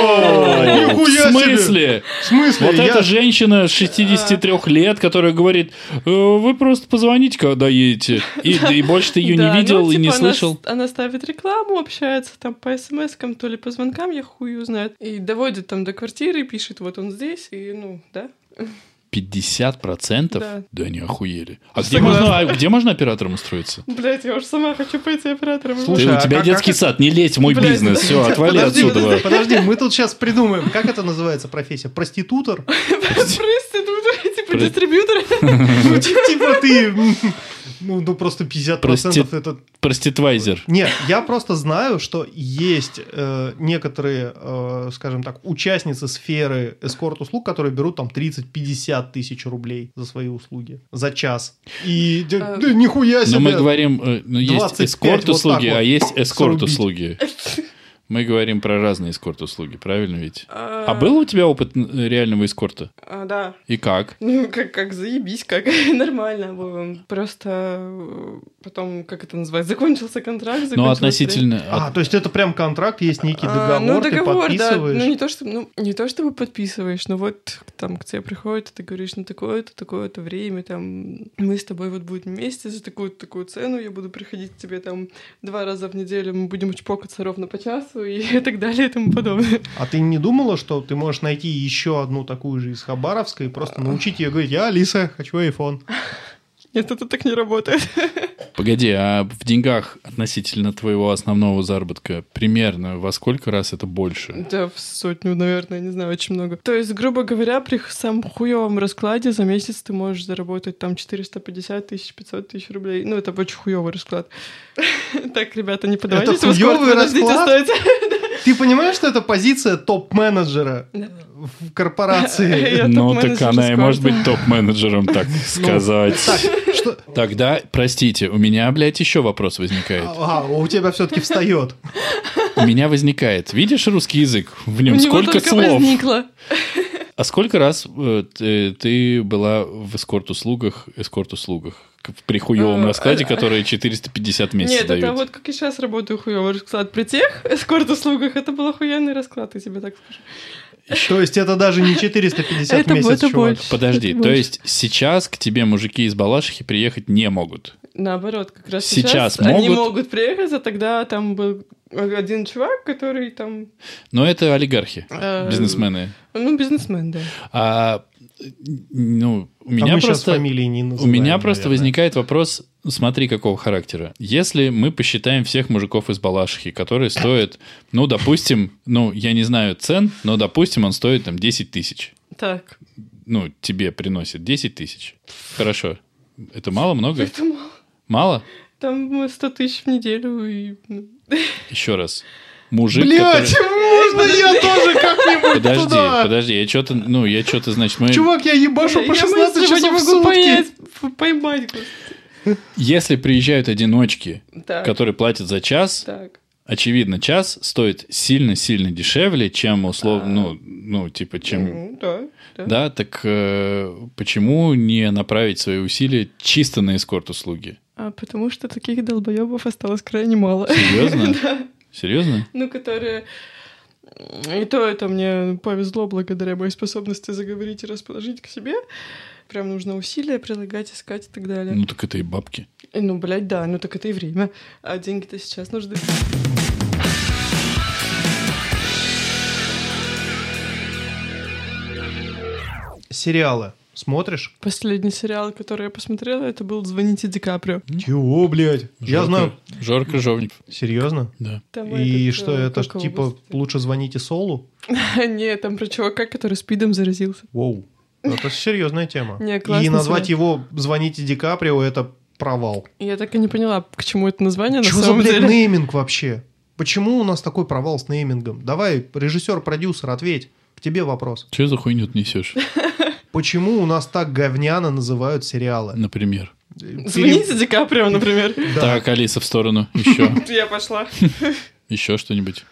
Воу! Нихуя В себе! смысле? В смысле? Вот Я- эта женщина шестидесяти трёх лет, которая говорит, «Э, вы просто позвоните, когда едете. И, и больше ты ее Да, не видел ну, и не типа, она слышал. с- Она ставит рекламу, общается там по смс-кам, то ли по звонкам, я хую знает. И доводит там до квартиры, пишет, вот он здесь, и ну, да. пятьдесят процентов? Да. Да они охуели. А где Согласна. можно, а где можно оператором устроиться? Блять, я уже сама хочу пойти оператором. Слушай, Ты- а у тебя как- детский как- сад, не лезь в мой Блядь, бизнес. да. Все, отвали Подожди, отсюда. подожди, подожди, мы тут сейчас придумаем, как это называется профессия? Проститутор? Проститутор, типа Про- дистрибьютор. Ну, ти- типа ты... м, Ну, ну, просто пятьдесят процентов Прости- это... Проститвайзер. Нет, я просто знаю, что есть э, некоторые, э, скажем так, участницы сферы эскорт-услуг, которые берут там тридцать-пятьдесят тысяч рублей за свои услуги за час. И да, А, да нихуя себе! Но мы говорим, э, ну, есть двадцать пять, эскорт-услуги, вот так вот, а есть эскорт-услуги. Мы говорим про разные эскорт-услуги, правильно ведь? А, А был у тебя опыт реального эскорта? а, да. И как? Ну, как, как заебись, как нормально было. Просто э, потом, как это называется, закончился контракт. Ну, закончилось относительно... А, то есть это прям контракт, есть некий А, договор, ну, ты договор, подписываешь. да. Ну, не то, что, ну, не то, чтобы подписываешь, но вот там к тебе приходит, и ты говоришь, ну, такое-то, такое-то время, там, мы с тобой вот будем вместе за такую-то такую цену, я буду приходить к тебе там два раза в неделю, мы будем чпокаться ровно по часу и так далее и тому подобное. А ты не думала, что ты можешь найти еще одну такую же из Хабаровска и просто научить ее говорить: я Алиса, хочу iPhone? Нет, это так не работает. Погоди, а в деньгах относительно твоего основного заработка примерно во сколько раз это больше? Да, в сотню, наверное, не знаю, очень много. То есть, грубо говоря, при самом хуевом раскладе за месяц ты можешь заработать там четыреста пятьдесят тысяч, пятьсот тысяч рублей. Ну, это очень хуевый расклад. Так, ребята, не подавайтесь в эскорт, хуёвый подождите, расклад? стойте. Ты понимаешь, что это позиция топ-менеджера в корпорации? Я Ну, топ-менеджер так она и может эскорта. быть топ-менеджером, так сказать. Так, что... Тогда, простите, у меня, блядь, еще вопрос возникает. А, у тебя все-таки встает. У меня возникает. Видишь русский язык? В нем У него сколько только слов? возникло. А сколько раз э, ты, ты была в эскорт-услугах, эскорт-услугах? К- При хуевом Э, раскладе, а- которые четыреста пятьдесят в месяц Нет, дают. это вот как и сейчас работаю хуёвый расклад. При тех эскорт-услугах это был охуенный расклад, я тебе так скажу. То есть это даже не четыреста пятьдесят в Это, месяц, это чувак. больше. Подожди, это то больше. есть сейчас к тебе мужики из Балашихи приехать не могут? Наоборот, как раз Сейчас сейчас, они могут? могут приехать, а тогда там был один чувак, который там... Но это олигархи, э, бизнесмены. Ну, бизнесмен, да. А, ну, у А меня мы сейчас просто... фамилии не У называем, меня просто наверное. возникает вопрос, смотри, какого характера. Если мы посчитаем всех мужиков из Балашихи, которые стоят, ну, допустим, ну, я не знаю цен, но, допустим, он стоит там десять тысяч. Так. Ну, тебе приносит десять тысяч. Хорошо. Это мало, много? Это мало. Мало? Там сто тысяч в неделю и... ну, Еще раз. Мужик, Блядь, который... можно я тоже как-нибудь Подожди, туда? подожди, я что-то, ну, я что-то, значит, мы... Чувак, я ебашу по я шестнадцать мысленно не часов в могу сутки. понять, п- поймать. господи. Если приезжают одиночки, Так, которые платят за час, так. очевидно, час стоит сильно-сильно дешевле, чем условно, ну, ну, типа, чем... Ну, да, да. Да, так э, почему не направить свои усилия чисто на эскорт-услуги? А потому что таких долбоебов осталось крайне мало. Серьезно? Серьезно? Ну, которые... И то это мне повезло благодаря моей способности заговорить и расположить к себе. Прям нужно усилия прилагать, искать и так далее. Ну, так это и бабки. И, Ну, блядь, да, ну так это и время. А деньги-то сейчас нужны. Сериалы смотришь? Последний сериал, который я посмотрела, это был «Звоните Ди Каприо». Чего, блядь? Я Жор знаю. Кры- Жор Крыжовников. Серьезно? Да. Там И этот, что, э, это ж как его, типа господи? лучше звоните Солу? Нет, там про чувака, который спидом заразился. Воу. Это серьезная тема. Не, классный И назвать сериал. его «Звоните Ди Каприо» — это провал. Я так и не поняла, к чему это название на Что за, самом блядь, деле. нейминг вообще? Почему у нас такой провал с неймингом? Давай, режиссер-продюсер, ответь. К тебе вопрос. Что за хуйню ты несешь, Почему у нас так говняно называют сериалы? например? «Звоните Ди Каприо», например. Да. Так, Алиса, в сторону. Еще. Я пошла. Еще что-нибудь.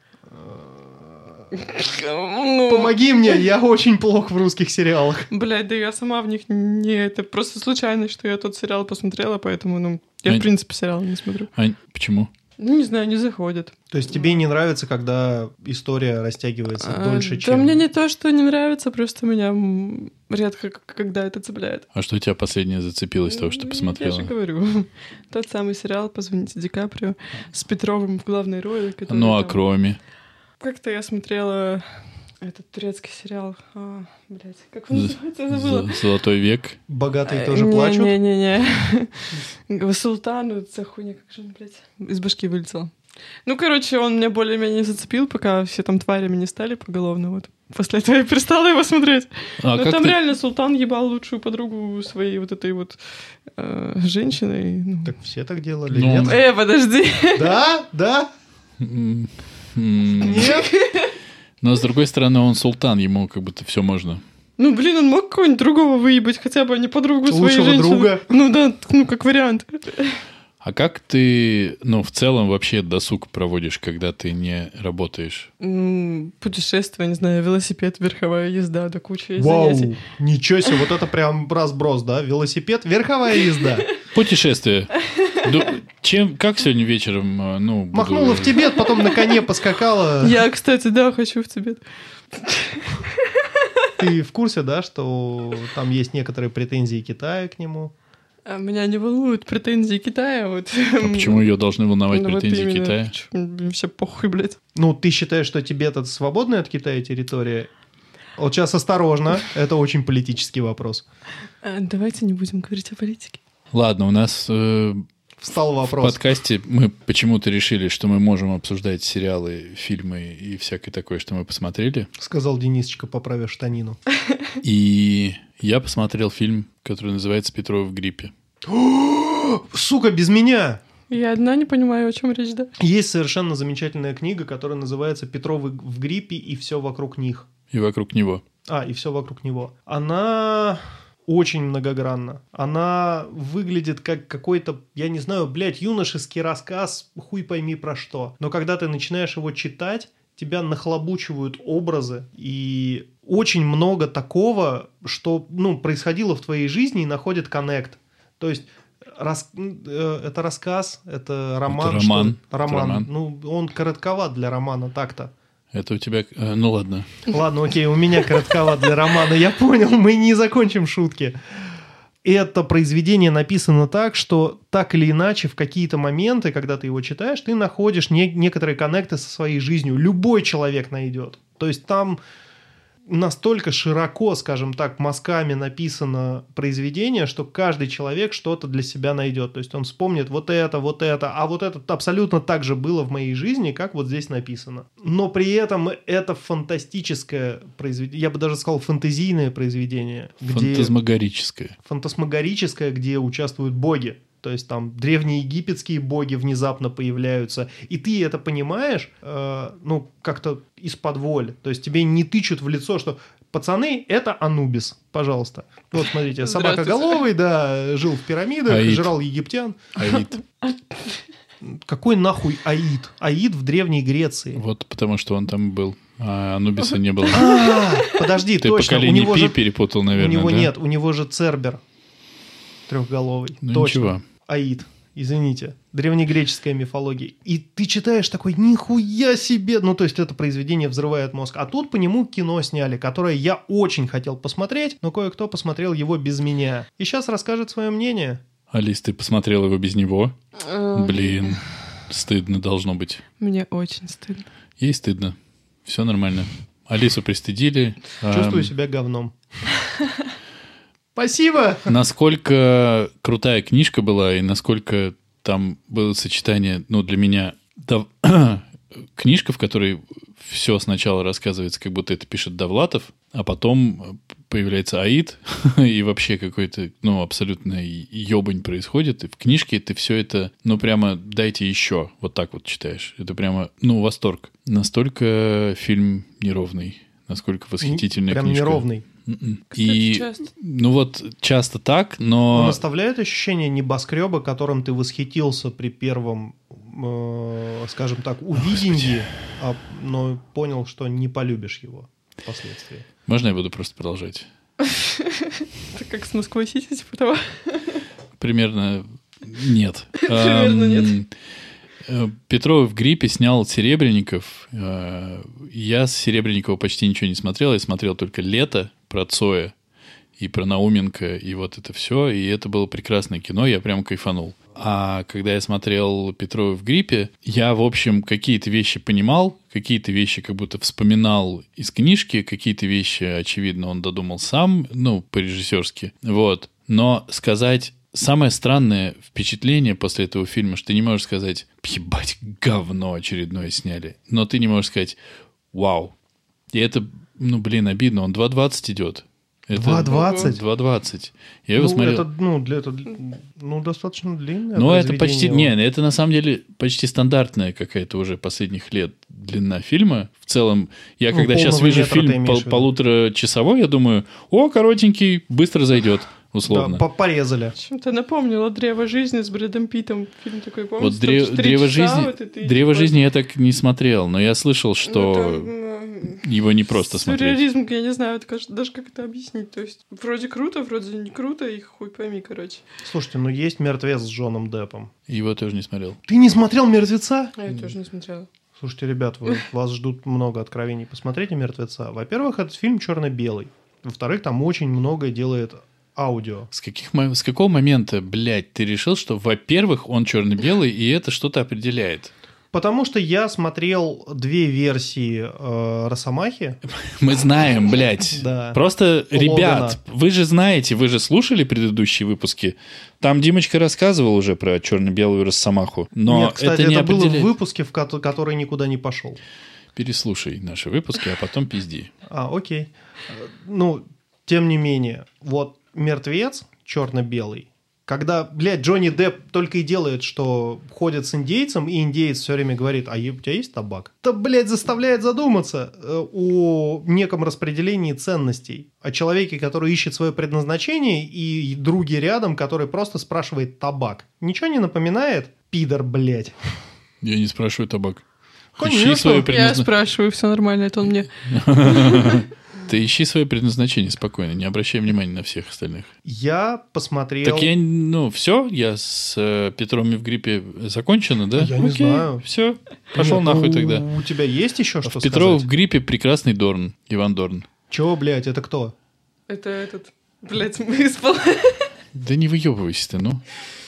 Ну, Помоги мне, я очень плох в русских сериалах. блядь, да я сама в них не... Это просто случайно, что я тот сериал посмотрела, поэтому, ну, я, Ань- в принципе, сериал не смотрю. Ань, почему? Ну, не знаю, не заходит. То есть тебе не нравится, когда история растягивается А, дольше, да чем... мне не то, что не нравится, просто меня м, редко к- когда это цепляет. А что тебя последнее зацепило из того, что ты Ну, посмотрела? Я же говорю. Тот самый сериал «Позвоните Ди Каприо» с Петровым в главной роли. который Ну, а там- кроме? Как-то я смотрела этот турецкий сериал. А, блядь, как он З- называется? Я забыла. З- Золотой век? Богатые Э, тоже плачут? Не-не-не. Султан, вот эта хуйня, как же он, блядь, из башки вылетел. Ну, короче, он меня более-менее зацепил, пока все там тварями не стали поголовно. Вот. После этого я перестала его смотреть. А Ну, как там ты- реально Султан ебал лучшую подругу своей вот этой вот э, женщиной. Ну. Так все так делали, Ну, нет? Э, подожди. Да? Да? М, м. Нет? Но, с другой стороны, он султан, ему как будто все можно. Ну, блин, он мог кого-нибудь другого выебать, хотя бы, а не подругу своей Лучшего женщины. друга. Ну да, ну, как вариант. А как ты, ну, в целом вообще досуг проводишь, когда ты не работаешь? М, Путешествия, не знаю, велосипед, верховая езда, да куча есть Вау, занятий. ничего себе, вот это прям разброс, да? Велосипед, верховая езда. Путешествие. Ду- Чем, как сегодня вечером, э, ну, буду- Махнула в Тибет, потом на коне поскакала. Я, кстати, да, хочу в Тибет. Ты в курсе, да, что там есть некоторые претензии Китая к нему? А меня не волнуют претензии Китая. Вот. А почему ее должны волновать Ну, вот претензии именно. Китая? Чё, мне вообще похуй, блядь. Ну, ты считаешь, что Тибет — это свободная от Китая территория? Вот сейчас осторожно, это очень политический вопрос. А, давайте не будем говорить о политике. Ладно, у нас э, Встал в вопрос. подкасте мы почему-то решили, что мы можем обсуждать сериалы, фильмы и всякое такое, что мы посмотрели. Сказал Денисочка, поправив штанину. И я посмотрел фильм, который называется «Петров в гриппе». Сука, без меня! Я одна не понимаю, о чем речь, да? Есть совершенно замечательная книга, которая называется «Петровы в гриппе и все вокруг них». И вокруг него. А, и все вокруг него. Она очень многогранна. Она выглядит как какой-то, я не знаю, блядь, юношеский рассказ, хуй пойми про что. Но когда ты начинаешь его читать, тебя нахлобучивают образы, и очень много такого, что, ну, происходило в твоей жизни и находит коннект. То есть рас... э, это рассказ, это роман. Это роман. Что... роман. Это роман. Ну, он коротковат для романа так-то. Это у тебя... э, ну ладно. Ладно, окей, у меня коротковат для романа. Я понял, мы не закончим шутки. Это произведение написано так, что так или иначе в какие-то моменты, когда ты его читаешь, ты находишь не- некоторые коннекты со своей жизнью. Любой человек найдет. То есть там настолько широко, скажем так, мазками написано произведение, что каждый человек что-то для себя найдет. То есть он вспомнит вот это, вот это, а вот это абсолютно так же было в моей жизни, как вот здесь написано. Но при этом это фантастическое произведение, я бы даже сказал фэнтезийное произведение. Где... Фантазмагорическое. Фантасмагорическое, где участвуют боги. То есть там древнеегипетские боги внезапно появляются. И ты это понимаешь, э, ну, как-то из-под воли. То есть тебе не тычут в лицо, что пацаны, это Анубис, пожалуйста. Вот смотрите, собакоголовый, да, жил в пирамидах, Аид. жрал египтян. Аид. Какой нахуй Аид? Аид в Древней Греции. Вот потому что он там был. А Анубиса не было. А, подожди, Ты точно. У поколение него Пи же, перепутал, у наверное, него да? нет, у него же Цербер трехголовый. Ну Точно. ничего. Аид, извините, древнегреческая мифология. И ты читаешь такой, нихуя себе, ну то есть это произведение взрывает мозг. А тут по нему кино сняли, которое я очень хотел посмотреть, но кое-кто посмотрел его без меня. И сейчас расскажет свое мнение. Алис, ты посмотрел его без него? А, Блин, стыдно должно быть. Мне очень стыдно. Ей стыдно. Все нормально. Алису пристыдили. Чувствую Ам, себя говном. Спасибо! Насколько крутая книжка была, и насколько там было сочетание, ну, для меня, дов- книжка, в которой все сначала рассказывается, как будто это пишет Довлатов, а потом появляется Аид, и вообще какой-то, ну, абсолютно ебань происходит. И в книжке ты все это, ну, прямо дайте еще, вот так вот читаешь. Это прямо, ну, восторг. Настолько фильм неровный, насколько восхитительная Прям книжка. неровный. М-м. Кстати, И, часто. ну вот, часто так, Он но... оставляет ощущение небоскреба, которым ты восхитился при первом, э, скажем так, увидении, а, но понял, что не полюбишь его впоследствии. Можно я буду просто продолжать? Это как с Москвой-Сити, типа того. Примерно нет. Примерно нет. Ам, э, Петров в гриппе снял Серебренников. Э, Я с Серебренникова почти ничего не смотрел. Я смотрел только «Лето» про Цоя и про Науменко, и вот это все. И это было прекрасное кино, я прям кайфанул. А когда я смотрел Петрова в гриппе, я, в общем, какие-то вещи понимал, какие-то вещи как будто вспоминал из книжки, какие-то вещи, очевидно, он додумал сам, ну, по-режиссерски. Вот. Но сказать... Самое странное впечатление после этого фильма, что ты не можешь сказать, ебать, говно очередное сняли. Но ты не можешь сказать, вау. И это, ну, блин, обидно. Он два двадцать идет. Это два двадцать? два двадцать. Я его Ну, смотрел... это, ну, для, это, ну, достаточно длинное Ну, это почти... произведение. Не, это на самом деле почти стандартная какая-то уже последних лет длина фильма. В целом, я Ну, когда сейчас полного вижу метра ты фильм имеешь пол- в виду. полуторачасовой, я думаю, о, коротенький, быстро зайдет. условно. Да, порезали. Чем-то напомнило «Древо жизни» с Брэдом Питтом. Фильм такой, помните? Вот дре- «Древо жизни», вот «Древо жизни» я так не смотрел, но я слышал, что ну, там, его не просто смотреть. Сюрреализм, я не знаю, это, даже как это объяснить. То есть вроде круто, вроде не круто, и хуй пойми, короче. Слушайте, ну есть «Мертвец» с Джоном Деппом. Его тоже не смотрел. Ты не смотрел «Мертвеца»? А я тоже не смотрела. Слушайте, ребят, вы, вас ждут много откровений. Посмотрите «Мертвеца». Во-первых, этот фильм черно-белый. Во-вторых, там очень многое делает аудио. С, каких, с какого момента, блядь, ты решил, что, во-первых, он черно-белый, и это что-то определяет? Потому что я смотрел две версии э, Росомахи. Мы знаем, блядь. Да. Просто, Логана. Ребят, вы же знаете, вы же слушали предыдущие выпуски. Там Димочка рассказывал уже про черно-белую Росомаху. Но Нет, кстати, это, не это было определяет. в выпуске, в ко- который никуда не пошел. Переслушай наши выпуски, а потом пизди. А, окей. Ну, тем не менее, вот «Мертвец» черно-белый. Когда, блядь, Джонни Депп только и делает, что ходит с индейцем, и индеец все время говорит: а у тебя есть табак? Это, блядь, заставляет задуматься э, о неком распределении ценностей. О человеке, который ищет свое предназначение, и друге рядом, который просто спрашивает табак. Ничего не напоминает? Пидор, блядь. Я не спрашиваю табак. Конечно. Ищи свое Я предназначение. спрашиваю, все нормально, это он мне. Ты ищи свое предназначение спокойно, не обращай внимания на всех остальных. Я посмотрел... Так я, ну, все, я с э, Петром и в гриппе закончено, да? Я не Окей, знаю. Все, пошел Нет, нахуй у, тогда. У тебя есть еще что В сказать? Петров в гриппе прекрасный Дорн, Иван Дорн. Чего, блядь, это кто? Это этот, блядь, выспал. Да не выебывайся ты, ну.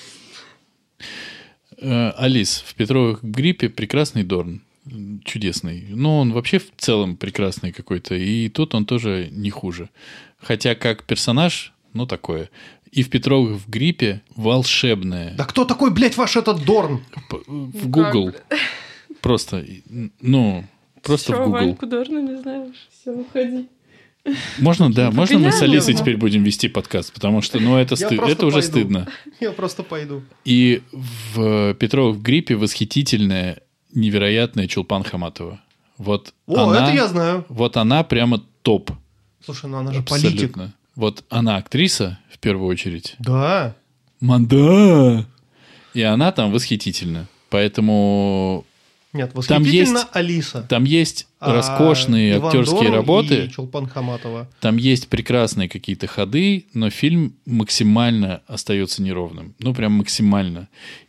Э, Алис, в Петровых в гриппе прекрасный Дорн. Чудесный. Но он вообще в целом прекрасный какой-то. И тут он тоже не хуже. Хотя как персонаж, ну такое. И в Петровых в гриппе волшебное. Да кто такой, блядь, ваш этот Дорн? В Google. Просто, ну, просто Чё, в Google. Ваньку Дорна не знаешь? Все, уходи. Можно, да, можно мы с Гоняем Алисой его. теперь будем вести подкаст, потому что, ну, это, Я сты- просто это уже пойду. стыдно. Я просто пойду. И в Петровых в гриппе восхитительная, невероятная Чулпан Хаматова. Вот О, она, это я знаю. Вот она прямо топ. Слушай, ну она же политик. Абсолютно. Вот она актриса, в первую очередь. Да. Манда! И она там восхитительна. Поэтому Нет, Там восхитительно есть- Алиса. там есть А роскошные Иван актерские Дорн работы. И Чулпан Хаматова. Там есть прекрасные какие-то ходы, но фильм максимально остается неровным. Ну, прям максимально.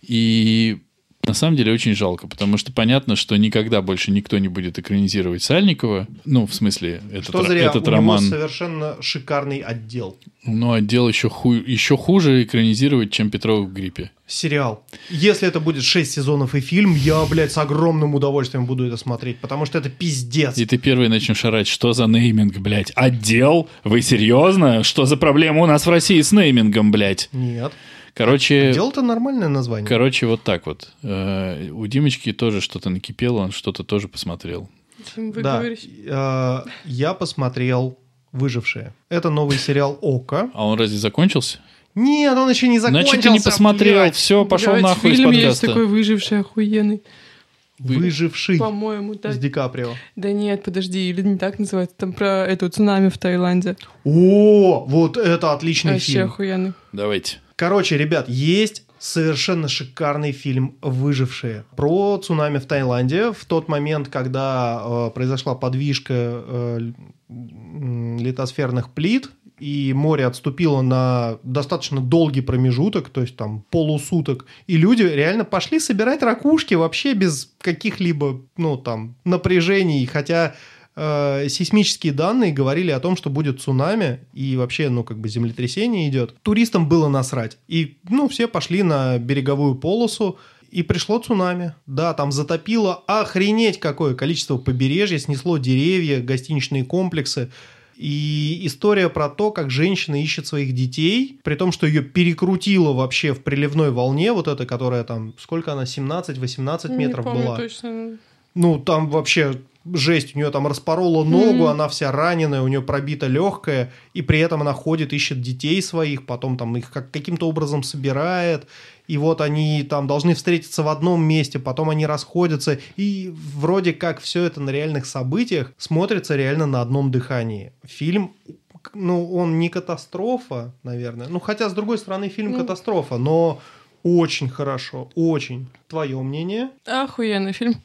И на самом деле очень жалко, потому что понятно, что никогда больше никто не будет экранизировать Сальникова. Ну, в смысле, этот, Что р- зря, этот у роман. него совершенно шикарный отдел. Ну, отдел еще, ху... еще хуже экранизировать, чем Петров в гриппе. Сериал. Если это будет шесть сезонов и фильм, я, блядь, с огромным удовольствием буду это смотреть, потому что это пиздец. И ты первый начнешь орать, что за нейминг, блядь? Отдел? Вы серьезно? Что за проблема у нас в России с неймингом, блядь? Нет. Короче... Отдел-то нормальное название. Короче, вот так вот. Э, У Димочки тоже что-то накипело, он что-то тоже посмотрел. Чем вы Да. говорите? Э, Я посмотрел «Выжившие». Это новый сериал «Око». А он разве закончился? Нет, он еще не закончился. Значит, ты не посмотрел. блядь. Все, пошел Блядь, нахуй из фильм есть подкаста. такой выживший, охуенный. Вы- «Выживший» По-моему, так. с Ди Каприо. Да нет, подожди, или не так называется. Там про эту цунами в Таиланде. О, вот это отличный Вообще фильм. охуенный. Давайте. Короче, ребят, есть совершенно шикарный фильм «Выжившие» про цунами в Таиланде. В тот момент, когда э, произошла подвижка э, м, литосферных плит, и море отступило на достаточно долгий промежуток, то есть там полусуток, и люди реально пошли собирать ракушки вообще без каких-либо, ну, там, напряжений, хотя э, сейсмические данные говорили о том, что будет цунами, и вообще, ну, как бы землетрясение идет. Туристам было насрать. И, ну, все пошли на береговую полосу, и пришло цунами. Да, там затопило охренеть какое количество побережья, снесло деревья, гостиничные комплексы. И история про то, как женщина ищет своих детей, при том, что ее перекрутило вообще в приливной волне, вот эта, которая там, сколько она, семнадцать-восемнадцать метров не помню была. точно. Ну, там вообще жесть, у нее там распорола ногу, Мгм. она вся раненая, у нее пробита легкая, и при этом она ходит, ищет детей своих, потом там их как, каким-то образом собирает, и вот они там должны встретиться в одном месте, потом они расходятся, и вроде как все это на реальных событиях смотрится реально на одном дыхании. Фильм ну, он не катастрофа, наверное. Ну, хотя, с другой стороны, фильм Ну. катастрофа, но очень хорошо, очень. Твое мнение? Охуенный фильм.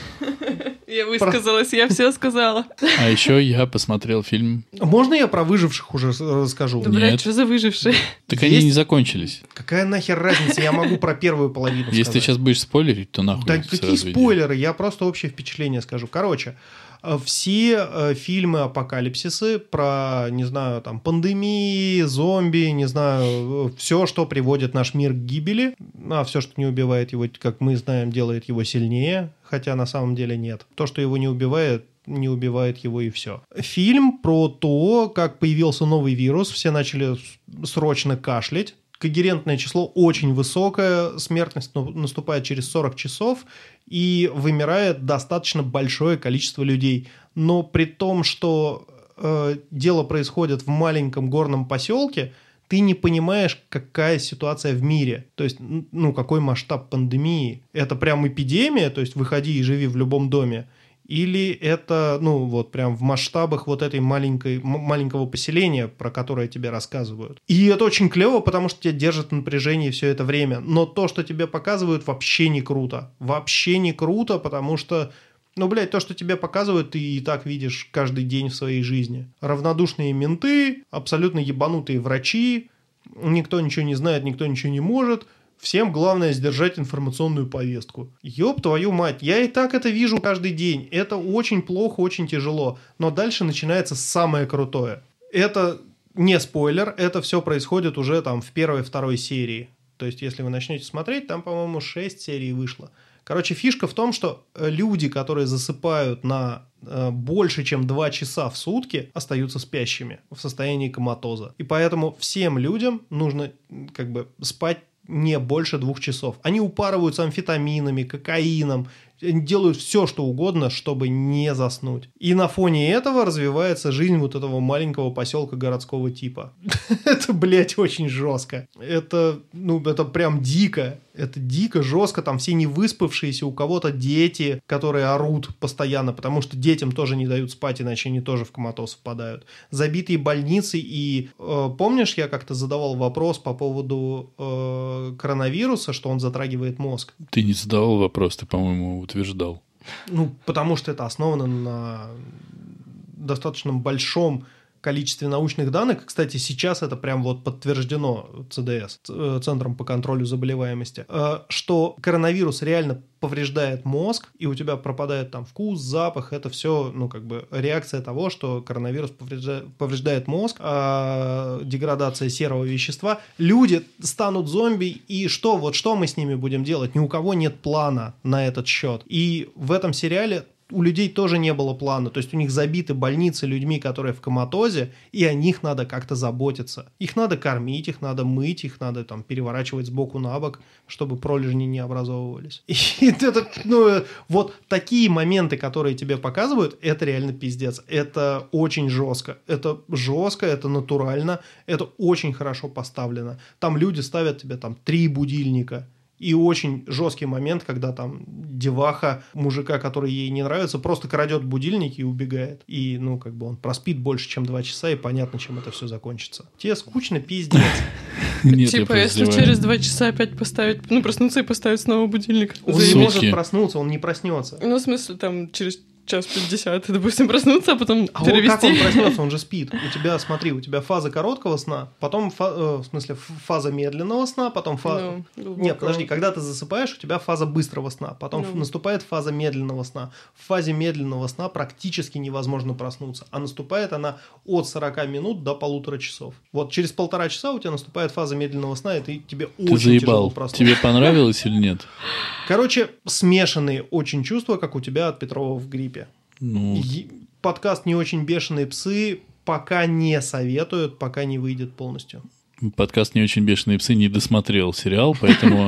Я высказалась, я все сказала. А еще я посмотрел фильм... Можно я про выживших уже с- расскажу? Да, блядь, Нет. что за выжившие? Так Есть? они не закончились. Какая нахер разница? Я могу про первую половину Если ты сказать. сейчас будешь спойлерить, то нахуй. Да сразу какие иди. спойлеры? Я просто общее впечатление скажу. Короче, э, все э, фильмы апокалипсисы про, не знаю, там, пандемии, зомби, не знаю, все, что приводит наш мир к гибели, а все, что не убивает его, как мы знаем, делает его сильнее, хотя на самом деле нет. То, что его не убивает, не убивает его и все. Фильм про то, как появился новый вирус, все начали с- срочно кашлять. Когерентное число очень высокое, смертность ну, наступает через сорок часов и вымирает достаточно большое количество людей. Но при том, что э, дело происходит в маленьком горном поселке, ты не понимаешь, какая ситуация в мире. То есть, н- ну, какой масштаб пандемии. Это прям эпидемия, то есть выходи и живи в любом доме. Или это, ну, вот прям в масштабах вот этой маленькой, м- маленького поселения, про которое тебе рассказывают. И это очень клево, потому что тебя держат в напряжении все это время. Но то, что тебе показывают, вообще не круто. Вообще не круто, потому что, ну, блядь, то, что тебе показывают, ты и так видишь каждый день в своей жизни. Равнодушные менты, абсолютно ебанутые врачи, никто ничего не знает, никто ничего не может. Всем главное сдержать информационную повестку. Ёб твою мать, я и так это вижу каждый день. Это очень плохо, очень тяжело. Но дальше начинается самое крутое. Это не спойлер, это все происходит уже там в первой-второй серии. То есть, если вы начнете смотреть, там, по-моему, шесть серий вышло. Короче, фишка в том, что люди, которые засыпают на э, больше, чем два часа в сутки, остаются спящими в состоянии коматоза. И поэтому всем людям нужно как бы спать не больше двух часов. Они упарываются амфетаминами, кокаином, делают все, что угодно, чтобы не заснуть. И на фоне этого развивается жизнь вот этого маленького поселка городского типа. Это, блядь, очень жестко. Это, ну, это прям дико. Это дико, жестко. Там все невыспавшиеся, у кого-то дети, которые орут постоянно, потому что детям тоже не дают спать, иначе они тоже в коматоз впадают. Забитые больницы. И э, помнишь, я как-то задавал вопрос по поводу э, коронавируса, что он затрагивает мозг? Ты не задавал вопрос, ты, по-моему, утверждал. Ну, потому что это основано на достаточно большом количестве научных данных. Кстати, сейчас это прям вот подтверждено цэ дэ эс, Центром по контролю заболеваемости, что коронавирус реально повреждает мозг, и у тебя пропадает там вкус, запах, это все, ну, как бы реакция того, что коронавирус повреждает, повреждает мозг, а, деградация серого вещества. Люди станут зомби, и что, вот что мы с ними будем делать? Ни у кого нет плана на этот счет. И в этом сериале у людей тоже не было плана. То есть у них забиты больницы людьми, которые в коматозе, и о них надо как-то заботиться. Их надо кормить, их надо мыть, их надо там переворачивать сбоку на бок, чтобы пролежни не образовывались. И это, ну, вот такие моменты, которые тебе показывают, это реально пиздец. Это очень жестко. Это жестко, это натурально, это очень хорошо поставлено. Там люди ставят тебе там три будильника. И очень жесткий момент, когда там деваха мужика, который ей не нравится, просто крадет будильник и убегает. И, ну, как бы он проспит больше, чем два часа, и понятно, чем это все закончится. Тебе скучно, пиздец. Нет, Типа, я если подозреваю. через два часа опять поставить, ну, проснуться и поставить снова будильник. Он не Сутки. может проснуться, он не проснется. Ну, в смысле, там, через час пятьдесят, допустим, проснуться, а потом А он, как перевести. он проснется? Он же спит. У тебя, смотри, у тебя фаза короткого сна, потом, фа- э, в смысле, ф- фаза медленного сна, потом фаза... Ну, глубокого. Нет, подожди, когда ты засыпаешь, у тебя фаза быстрого сна, потом Ну. наступает фаза медленного сна. В фазе медленного сна практически невозможно проснуться, а наступает она от сорока минут до полутора часов. Вот через полтора часа у тебя наступает фаза медленного сна, и ты, тебе Ты очень тяжело заебал. проснуться. Тебе понравилось или нет? Короче, смешанные очень чувства, как у тебя от Петрова в гриппе. Ну, Е- Подкаст «Не очень бешеные псы» пока не советуют, пока не выйдет полностью. подкаст «Не очень бешеные псы» не досмотрел сериал, поэтому...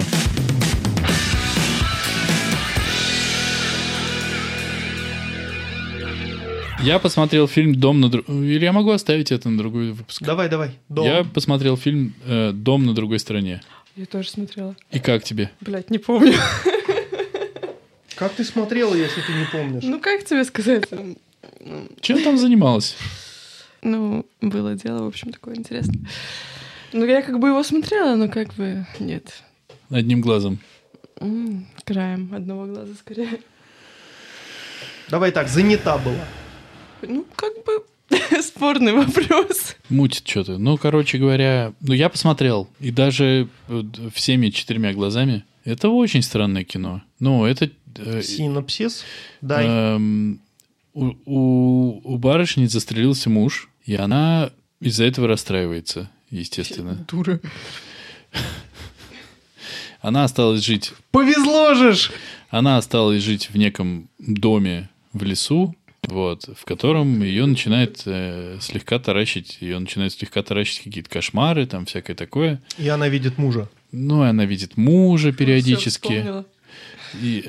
Я посмотрел фильм «Дом на другой...» Или я могу оставить это на другой выпуск? Давай, давай. Дом. Я посмотрел фильм э, «Дом на другой стороне». Я тоже смотрела. И как тебе? Блять, не помню. Как ты смотрела, если ты не помнишь? Ну, как тебе сказать? Чем там занималась? Ну, было дело, в общем, такое интересное. Ну, я как бы его смотрела, но как бы нет. Одним глазом. М, краем одного глаза скорее. Давай так, занята была. Ну, как бы спорный вопрос. Мутит что-то. Ну, короче говоря, ну, я посмотрел. И даже э, всеми четырьмя глазами. Это очень странное кино. Ну, это... э, Синопсис. Дай. эм, у, у, у барышни застрелился муж, и она из-за этого расстраивается, естественно. Дура. Она осталась жить... Повезло же ж! Она осталась жить в неком доме в лесу, вот, в котором ее начинает э, слегка таращить, ее начинают слегка таращить какие-то кошмары, там всякое такое. И она видит мужа. Ну, и она видит мужа Всё периодически. вспомнила. И,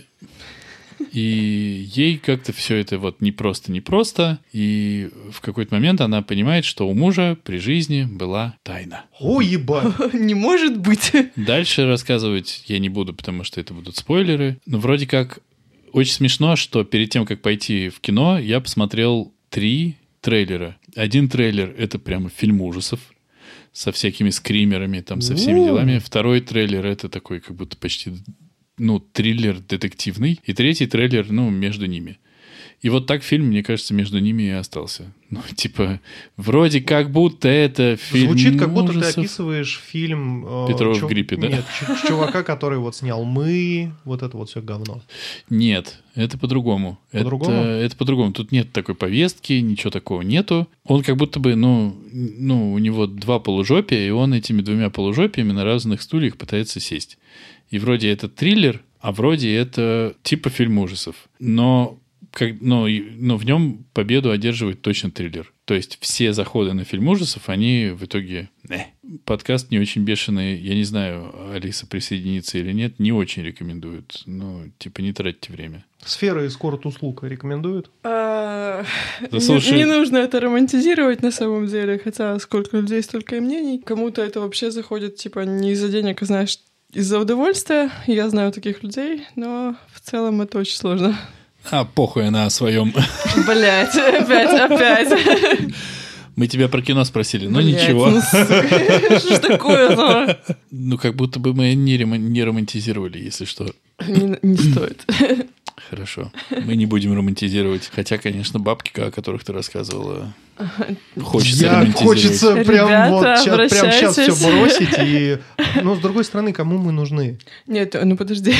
и ей как-то все это вот не просто, не просто. И в какой-то момент она понимает, что у мужа при жизни была тайна. О, ебать! Не может быть. Дальше рассказывать я не буду, потому что это будут спойлеры. Но вроде как очень смешно, что перед тем, как пойти в кино, я посмотрел три трейлера. Один трейлер — это прямо фильм ужасов со всякими скримерами, там, со всеми У. делами. Второй трейлер — это такой как будто почти, ну, триллер детективный. И третий трейлер, ну, между ними. И вот так фильм, мне кажется, между ними и остался. Ну, типа, вроде как будто это фильм Звучит, как будто ты ужасов. описываешь фильм... э, Петрова в чу- гриппе, да? Нет, чу- чувака, который вот снял «Мы», вот это вот все говно. Нет, это по-другому. По-другому? Это, это по-другому. Тут нет такой повестки, ничего такого нету. Он как будто бы, ну, ну, у него два полужопия, и он этими двумя полужопиями на разных стульях пытается сесть. И вроде это триллер, а вроде это типа фильм ужасов. Но, как, но, и- но в нем победу одерживает точно триллер. То есть все заходы на фильм ужасов, они в итоге... Не. Подкаст не очень бешеный. Я не знаю, Алиса присоединится или нет. Не очень рекомендуют. Ну, типа, не тратьте время. «Сфера эскорт услуг» рекомендует? А, Да не- слушай- Не нужно это романтизировать на самом деле, хотя сколько людей, столько и мнений. Кому-то это вообще заходит, типа, не из-за денег, а, знаешь, из-за удовольствия. Я знаю таких людей, но в целом это очень сложно. А, похуй она о своем. Блять, опять, опять. Мы тебя про кино спросили, но Блядь, ничего. ну, сука, что ж такое-то? Ну, как будто бы мы не, ремо- не романтизировали, если что. Не, не стоит. Хорошо. Мы не будем романтизировать. Хотя, конечно, бабки, о которых ты рассказывала, хочется Я романтизировать. хочется прям Ребята, вот щас, прям сейчас все обращайтесь. бросить. И... Но, с другой стороны, кому мы нужны? Нет, ну подожди.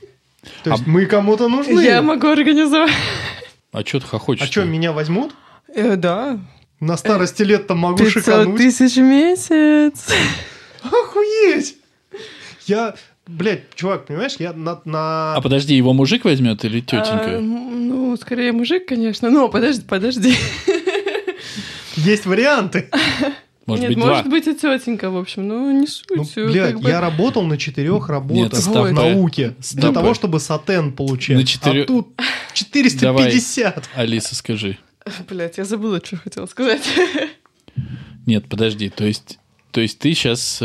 То есть А- мы кому-то нужны. Я могу организовать. А что ты хохочешь? А что, меня возьмут? Э, Да. На старости лет-то могу пятьсот шикануть. тысяч в месяц. Охуеть! Я, блядь, чувак, понимаешь, я на... на... А подожди, его мужик возьмет или А, тетенька? ну, скорее мужик, конечно. Но подожди, подожди. Есть варианты. Может Нет, быть, может два? быть и тетенька, в общем. Ну, не суть. Ну, э, блядь, как бы. я работал на четырех работах стоп, в науке. стоп. Для того, чтобы сатен получать. На четыре- А тут четыреста пятьдесят. Алиса, скажи. Блядь, я забыла, что хотела сказать. Нет, подожди. То есть, то есть ты сейчас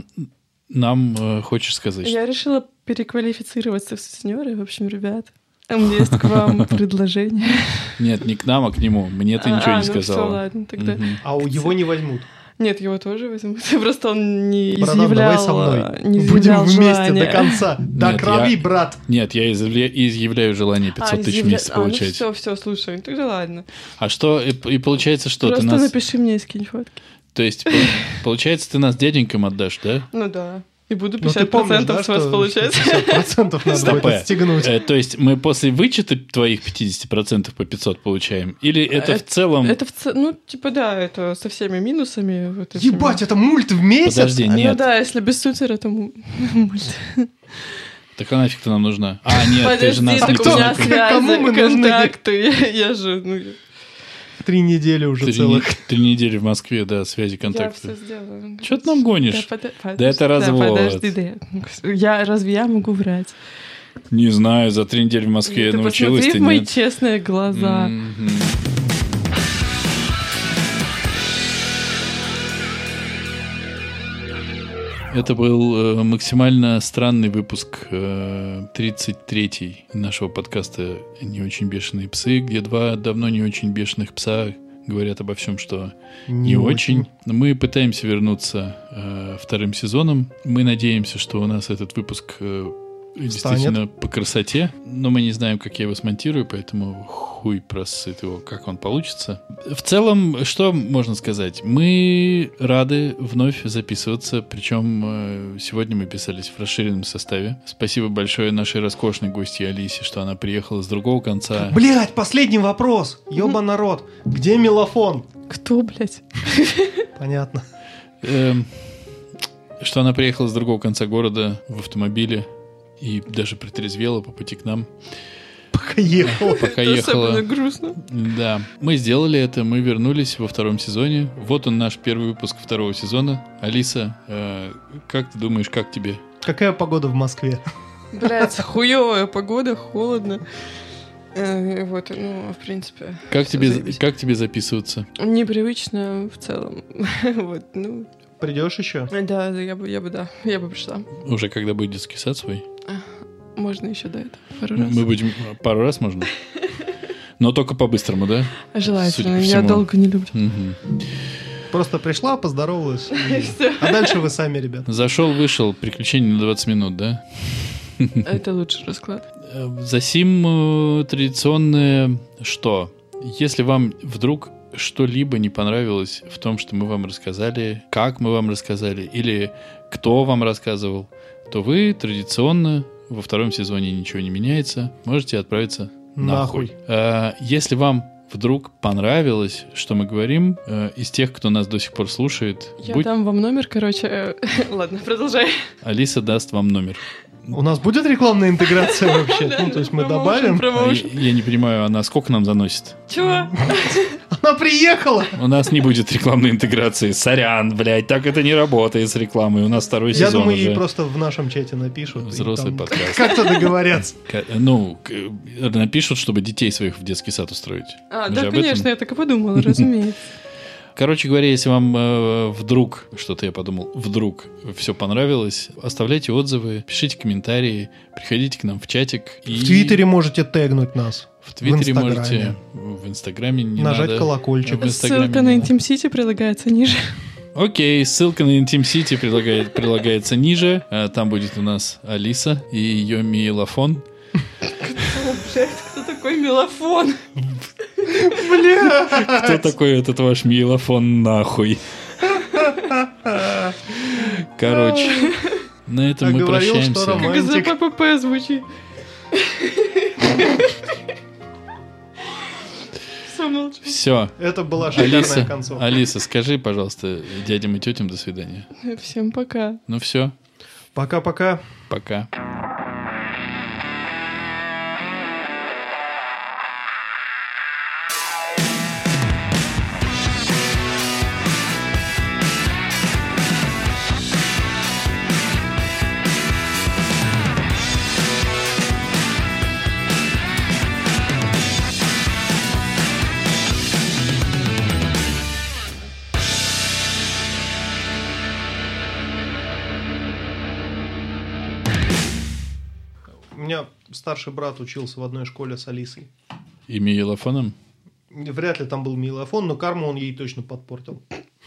нам э, хочешь сказать, что... Я решила переквалифицироваться в сутенёры. В общем, ребят, у меня есть к вам предложение. Нет, не к нам, а к нему. Мне ты А, ничего а, не ну всё, сказала. ладно, тогда. Мгм. А у его не возьмут. Нет, его тоже возьмут. Просто он не Братан, изъявлял... давай со мной. Не Будем изъявлял вместе желания. до конца. До Нет, крови, я- брат. Нет, я изъявля- изъявляю желание пятьсот тысяч в месяц получать. А, ну все, все, слушай, тогда ладно. А что, и, и получается, что Просто ты нас... напиши мне и скинь фотки. То есть, по- получается, ты нас дяденькам отдашь, да? Ну да. И буду Ну, ты пятьдесят помнишь, процентов да, с вас что получать. пятьдесят процентов надо Стоп, будет э, отстегнуть. Э, то есть, мы после вычета твоих пятьдесят процентов по пятьсот получаем? Или это в Это- целом... Это в ц- ну, типа, да, это со всеми минусами. вот этими. Ебать, это мульт в месяц? Подожди, А, Ну нет. да, если без сутера, то м- мульт. Так а нафиг ты нам нужна? А, нет, ты же Подожди, нас так никто у меня не... связи, Кому мы нужны? контакты. Я, я же, ну, Три недели уже Три, целых. не- три недели в Москве, да, связи, я контакты. все сделаю. Чё ты нам гонишь? Да, пода- Да это подожди, развод. подожди, да я- я разве я могу врать? Не знаю, за три недели в Москве Ты научилась, посмотри ты в мои нет? честные глаза. Мгм. Это был э, максимально странный выпуск, э, тридцать третий нашего подкаста «Не очень бешеные псы», где два давно не очень бешеных пса говорят обо всем, что Не, не очень. Мы пытаемся вернуться э, вторым сезоном. Мы надеемся, что у нас этот выпуск э, действительно по красоте, но мы не знаем, как я его смонтирую, поэтому хуй просыт его, как он получится. В целом, что можно сказать? Мы рады вновь записываться, причем э, сегодня мы писались в расширенном составе. Спасибо большое нашей роскошной гостье Алисе, что она приехала с другого конца. Блять, последний вопрос. Ёба народ. Где мелофон? Кто, блядь? Понятно. Эм, что она приехала с другого конца города в автомобиле и даже притрезвела по пути к нам. Пока ехал. Пока Это ехала. особенно грустно. Да, мы сделали это, мы вернулись во втором сезоне. Вот он, наш первый выпуск второго сезона. Алиса, э, как ты думаешь, как тебе? Какая погода в Москве? Блядь, хуёвая погода, холодно. Э, Вот, ну, в принципе... Как всё тебе, заебись. как тебе записываться? Непривычно в целом. Вот, ну... Придешь еще? Да, да, я бы, я бы, да, я бы пришла. Уже когда будет детский сад свой? Можно еще до этого пару раз. Мы будем... Пару раз можно? Но только по-быстрому, да? Желательно, судя по я всему. долго не люблю. Мгм. Просто пришла, поздоровалась. и- Всё. А дальше вы сами, ребят. Зашел, вышел, приключение на двадцать минут, да? Это лучший расклад. Э, Засим э, традиционное что? Если вам вдруг что-либо не понравилось в том, что мы вам рассказали, как мы вам рассказали, или кто вам рассказывал, то вы традиционно во втором сезоне ничего не меняется, можете отправиться нахуй. Нахуй. А, если вам вдруг понравилось, что мы говорим, э, из тех, кто нас до сих пор слушает, Я будь- дам вам номер, короче. э, Ладно, продолжай. Алиса даст вам номер. У нас будет рекламная интеграция вообще? Ну, то есть мы добавим. А Промоушен. я, я не понимаю, она сколько нам заносит? Чего? Она приехала! У нас не будет рекламной интеграции. Сорян, блядь, так это не работает с рекламой. У нас второй Я сезон думаю, уже. ей просто в нашем чате напишут. и Взрослый там подкаст. Как-то договорятся. К- Ну, к- напишут, чтобы детей своих в детский сад устроить. А, Мы да, же об этом. конечно, я так и подумала, разумеется. Короче говоря, если вам э, вдруг, что-то я подумал, вдруг все понравилось, оставляйте отзывы, пишите комментарии, приходите к нам в чатик. И В Твиттере можете тегнуть нас. В Твиттере в Инстаграме. можете, в Инстаграме не Нажать надо. колокольчик. В Инстаграме Ссылка не на надо. Intim City прилагается ниже. Окей, ссылка на Intim City прилагает, прилагается ниже. А, Там будет у нас Алиса и ее милофон. Блядь, кто такой мелофон? Кто такой этот ваш милофон нахуй? Короче, на этом А мы говорил, что прощаемся. роман- Как за Романтик. ППП звучит. Все, молчу. Все. Это была шикарная Алиса, концовка. Алиса, скажи, пожалуйста, дядям и тетям до свидания. Всем пока. Ну все, Пока-пока. пока. У меня старший брат учился в одной школе с Алисой. И милофоном? Вряд ли там был милофон, но карму он ей точно подпортил.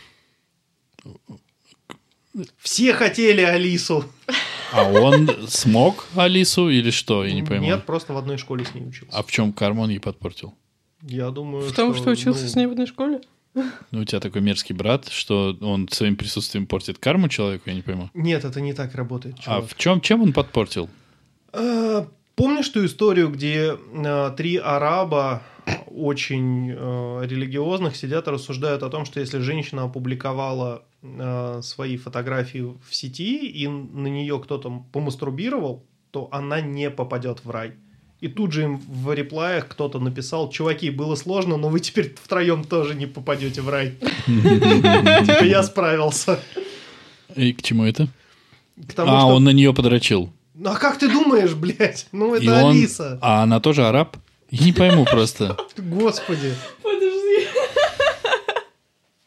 Все хотели Алису. А он смог Алису или что? Я не пойму. Нет, просто в одной школе с ней учился. А в чем карму он ей подпортил? Я думаю, В том, что учился ну, с ней в одной школе? Ну, у тебя такой мерзкий брат, что он своим присутствием портит карму человеку, я не пойму. Нет, это не так работает, А чувак. в чем, чем он подпортил? А, помнишь ту историю, где а, три араба очень а, религиозных сидят и рассуждают о том, что если женщина опубликовала а, свои фотографии в сети и на нее кто-то помастурбировал, то она не попадет в рай. И тут же им в реплаях кто-то написал: чуваки, было сложно, но вы теперь втроем тоже не попадете в рай. Типа я справился. И к чему это? К тому, А, что- он на нее подрочил. Ну а как ты думаешь, блядь? Ну И это он- Алиса. А она тоже араб? Я не пойму просто. Господи.